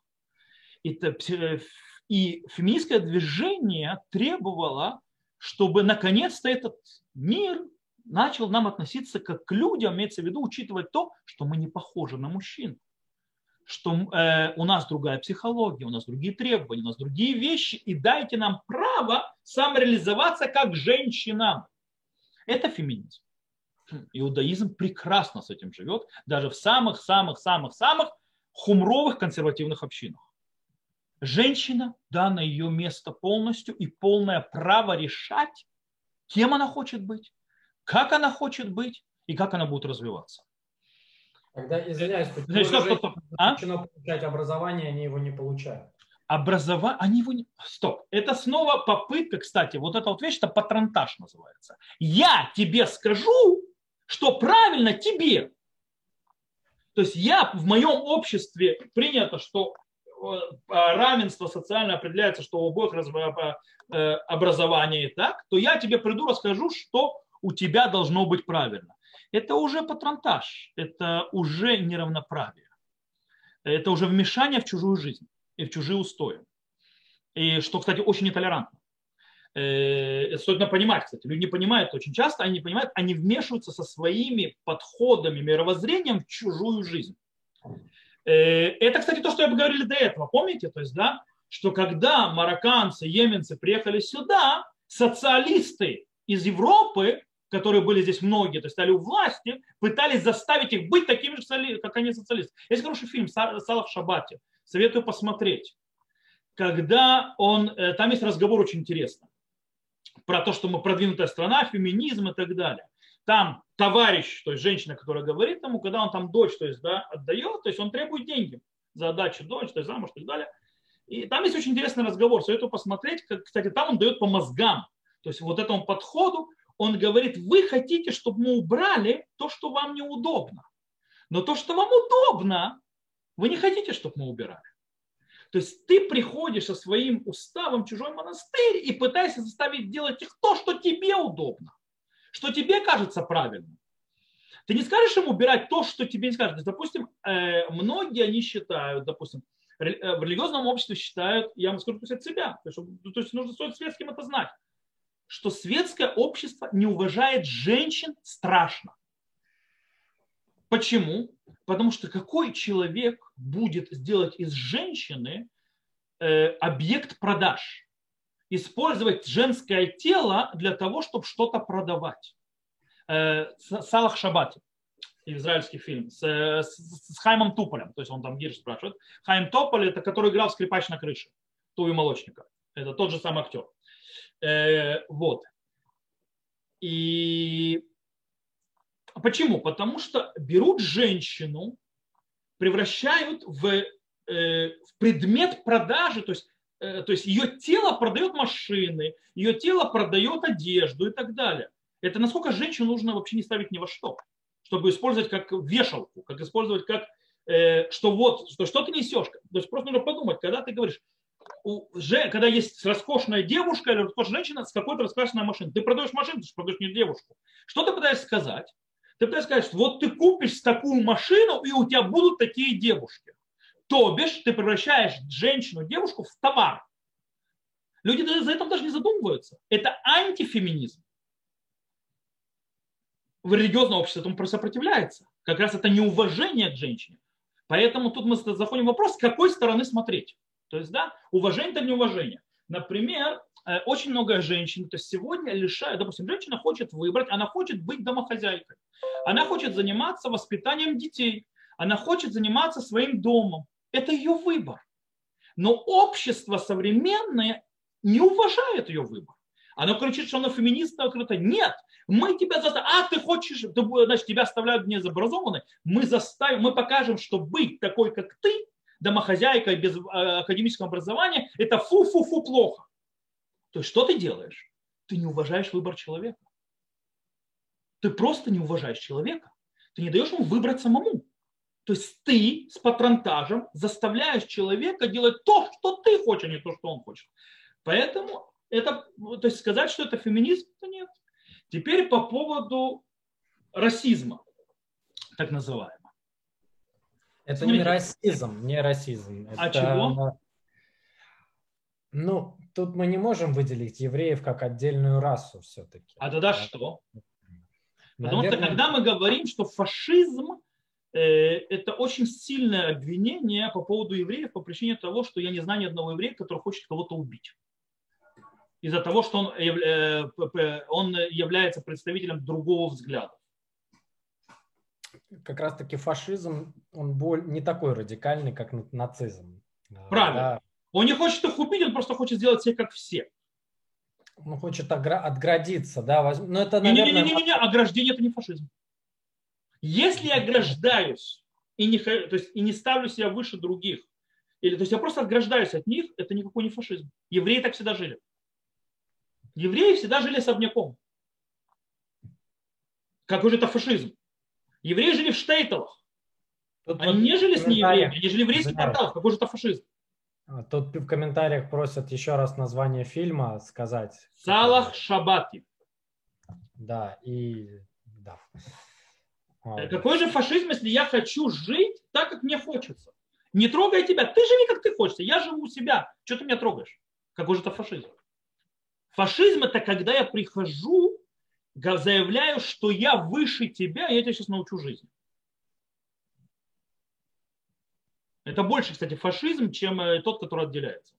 И феминистское движение требовало, чтобы наконец-то этот мир начал нам относиться как к людям, имеется в виду учитывать то, что мы не похожи на мужчин, что э, у нас другая психология, у нас другие требования, у нас другие вещи, и дайте нам право самореализоваться как женщинам. Это феминизм. Иудаизм прекрасно с этим живет, даже в самых-самых-самых-самых хумровых консервативных общинах. Женщина дана ее место полностью и полное право решать, кем она хочет быть, как она хочет быть и как она будет развиваться. Тогда, извиняюсь, Значит, что, что, что? А? получать образование, они его не получают. Образование, они его не... Стоп. Это снова попытка, кстати, вот эта вот вещь, это патронтаж называется. Я тебе скажу, что правильно тебе. То есть я в моем обществе принято, что равенство социально определяется, что у обоих образование и так, то я тебе приду, расскажу, что у тебя должно быть правильно. Это уже патронтаж, это уже неравноправие. Это уже вмешание в чужую жизнь и в чужие устои. И что, кстати, очень нетолерантно. Это стоит понимать, кстати. Люди не понимают очень часто, они не понимают, они вмешиваются со своими подходами, мировоззрением в чужую жизнь. Это, кстати, то, что я говорили до этого. Помните? То есть, да, что когда марокканцы, йеменцы приехали сюда, социалисты из Европы, которые были здесь многие, то есть стали у власти, пытались заставить их быть такими же, как они социалисты. Есть хороший фильм «Салах Шабати». Советую посмотреть. Когда он, там есть разговор очень интересный про то, что мы продвинутая страна, феминизм и так далее. Там товарищ, то есть женщина, которая говорит ему, когда он там дочь, то есть, да, отдает, то есть он требует деньги за отдачу дочь, то есть замуж и так далее. И там есть очень интересный разговор, советую посмотреть. Кстати, там он дает по мозгам, то есть вот этому подходу. Он говорит, вы хотите, чтобы мы убрали то, что вам неудобно. Но то, что вам удобно, вы не хотите, чтобы мы убирали. То есть ты приходишь со своим уставом в чужой монастырь и пытаешься заставить делать их то, что тебе удобно, что тебе кажется правильным. Ты не скажешь им убирать то, что тебе не скажут. Допустим, многие они считают, допустим, в религиозном обществе считают, я вам скажу от себя, то есть нужно стоит светским это знать, что светское общество не уважает женщин страшно. Почему? Потому что какой человек будет сделать из женщины э, объект продаж? Использовать женское тело для того, чтобы что-то продавать. Э, Салах Шабати, израильский фильм, с, с, с Хаймом Туполем. То есть он там Гирш спрашивает. Хайм Туполь, это который играл скрипач на крыше. Туви Молочника. Это тот же самый актер. Вот. И почему? Потому что берут женщину, превращают в, в предмет продажи, то есть, то есть ее тело продает машины, ее тело продает одежду и так далее. Это насколько женщину нужно вообще не ставить ни во что, чтобы использовать как вешалку, как использовать как, что вот, что, что ты несешь. То есть просто нужно подумать, когда ты говоришь, уже, когда есть роскошная девушка или роскошная женщина с какой-то роскошной машиной. Ты продаешь машину, ты же продаешь не девушку. Что ты пытаешься сказать? Ты пытаешься сказать, что вот ты купишь такую машину, и у тебя будут такие девушки. То бишь, ты превращаешь женщину, девушку в товар. Люди за это даже не задумываются. Это антифеминизм. В религиозном обществе этому сопротивляется. Как раз это неуважение к женщине. Поэтому тут мы заходим в вопрос, с какой стороны смотреть. То есть, да, уважение это неуважение. Например, очень много женщин, то есть сегодня лишают, допустим, женщина хочет выбрать, она хочет быть домохозяйкой, она хочет заниматься воспитанием детей, она хочет заниматься своим домом. Это ее выбор. Но общество современное не уважает ее выбор. Оно кричит, что она феминистка, открыто. Нет, мы тебя заставим. А, ты хочешь, ты, значит, тебя оставляют необразованной. Мы заставим, мы покажем, что быть такой, как ты, домохозяйкой без академического образования, это фу-фу-фу плохо. То есть что ты делаешь? Ты не уважаешь выбор человека. Ты просто не уважаешь человека. Ты не даешь ему выбрать самому. То есть ты с патронтажем заставляешь человека делать то, что ты хочешь, а не то, что он хочет. Поэтому это, то есть сказать, что это феминизм, то нет. Теперь по поводу расизма, так называемого. Это Смотрите. не расизм, не расизм. А это, чего? Ну, тут мы не можем выделить евреев как отдельную расу все-таки. А тогда что? Потому Наверное... что когда мы говорим, что фашизм э, это очень сильное обвинение по поводу евреев по причине того, что я не знаю ни одного еврея, который хочет кого-то убить. Из-за того, что он, э, он является представителем другого взгляда. Как раз-таки фашизм, он боль, не такой радикальный, как нацизм. Правильно. Да. Он не хочет их убить, он просто хочет сделать все как все. Он хочет отградиться, да. Но это, наверное... Не-не-не, ограждение это не фашизм. Если я ограждаюсь и не, то есть, и не ставлю себя выше других, или, то есть я просто отграждаюсь от них, это никакой не фашизм. Евреи так всегда жили. Евреи всегда жили особняком. Какой же это фашизм? Евреи жили в штейтелах. Тут они вот не жили с неевреями, они жили в еврейских кварталах. Какой же это фашизм? Тут в комментариях просят еще раз название фильма сказать. Салах Шабати. Да, и да. Какой же фашизм, если я хочу жить так, как мне хочется? Не трогай тебя. Ты живи, как ты хочешь. Я живу у себя. Что ты меня трогаешь? Какой же это фашизм? Фашизм это когда я прихожу, заявляю, что я выше тебя, и я тебя сейчас научу жизни. Это больше, кстати, фашизм, чем тот, который отделяется.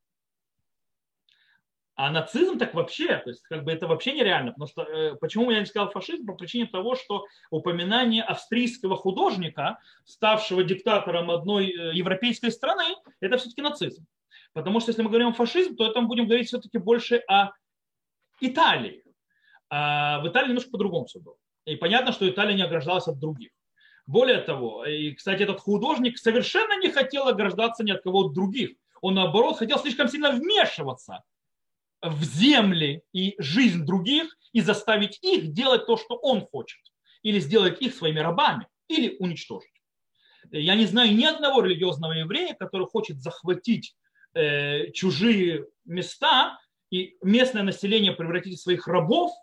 А нацизм так вообще, то есть как бы это вообще нереально. Потому что, э, почему я не сказал фашизм? По причине того, что упоминание австрийского художника, ставшего диктатором одной европейской страны, это все-таки нацизм. Потому что если мы говорим о фашизме, то это мы будем говорить все-таки больше о Италии. А в Италии немножко по-другому все было. И понятно, что Италия не ограждалась от других. Более того, и, кстати, этот художник совершенно не хотел ограждаться ни от кого от других. Он, наоборот, хотел слишком сильно вмешиваться в земли и жизнь других и заставить их делать то, что он хочет. Или сделать их своими рабами, или уничтожить. Я не знаю ни одного религиозного еврея, который хочет захватить э, чужие места и местное население превратить в своих рабов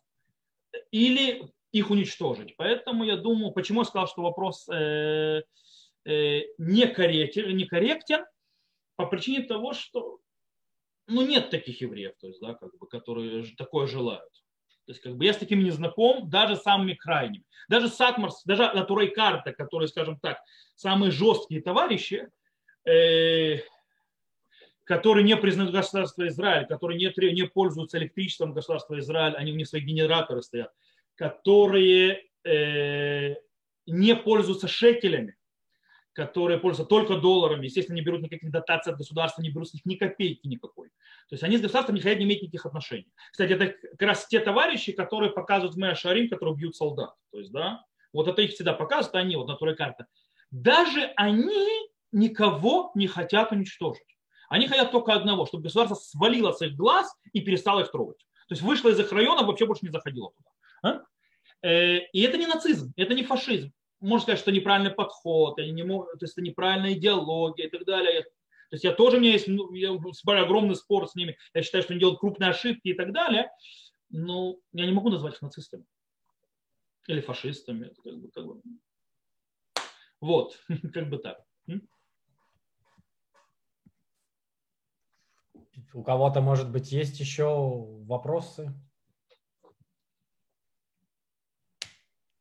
или их уничтожить. Поэтому я думаю, почему я сказал, что вопрос э, э, некорректен, некорректен, по причине того, что ну, нет таких евреев, то есть, да, как бы, которые такое желают. То есть, как бы, я с такими не знаком, даже самыми крайними. Даже Сатмарс, даже Натурой Карта, которые, скажем так, самые жесткие товарищи, э, которые не признают государство Израиль, которые не, не пользуются электричеством государства Израиль, они у них свои генераторы стоят, которые э, не пользуются шекелями, которые пользуются только долларами, естественно, не берут никаких дотаций от государства, не берут с них ни копейки никакой. То есть они с государством не хотят иметь никаких отношений. Кстати, это как раз те товарищи, которые показывают в Меа Шарим, которые бьют солдат. То есть, да, вот это их всегда показывают, они, вот натура карта. Даже они никого не хотят уничтожить. Они хотят только одного, чтобы государство свалило с их глаз и перестало их трогать. То есть вышло из их района, вообще больше не заходило туда. А? И это не нацизм, это не фашизм. Можно сказать, что неправильный подход, не могут, то есть это неправильная идеология и так далее. То есть я тоже, у меня есть ну, я, огромный спор с ними. Я считаю, что они делают крупные ошибки и так далее. Но я не могу назвать их нацистами. Или фашистами. Это как бы, как бы. Вот, как бы так. У кого-то, может быть, есть еще вопросы?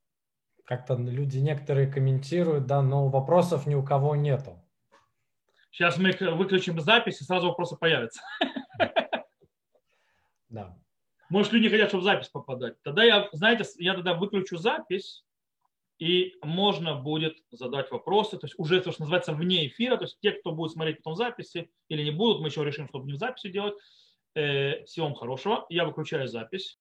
Как-то люди некоторые комментируют, да, но вопросов ни у кого нету. Сейчас мы выключим запись, и сразу вопросы появятся. Да. Может, люди хотят, чтобы в запись попадать. Тогда я, знаете, я тогда выключу запись, и можно будет задать вопросы. То есть уже то, что называется вне эфира. То есть те, кто будет смотреть потом записи или не будут, мы еще решим, чтобы не в записи делать. Всего вам хорошего. Я выключаю запись.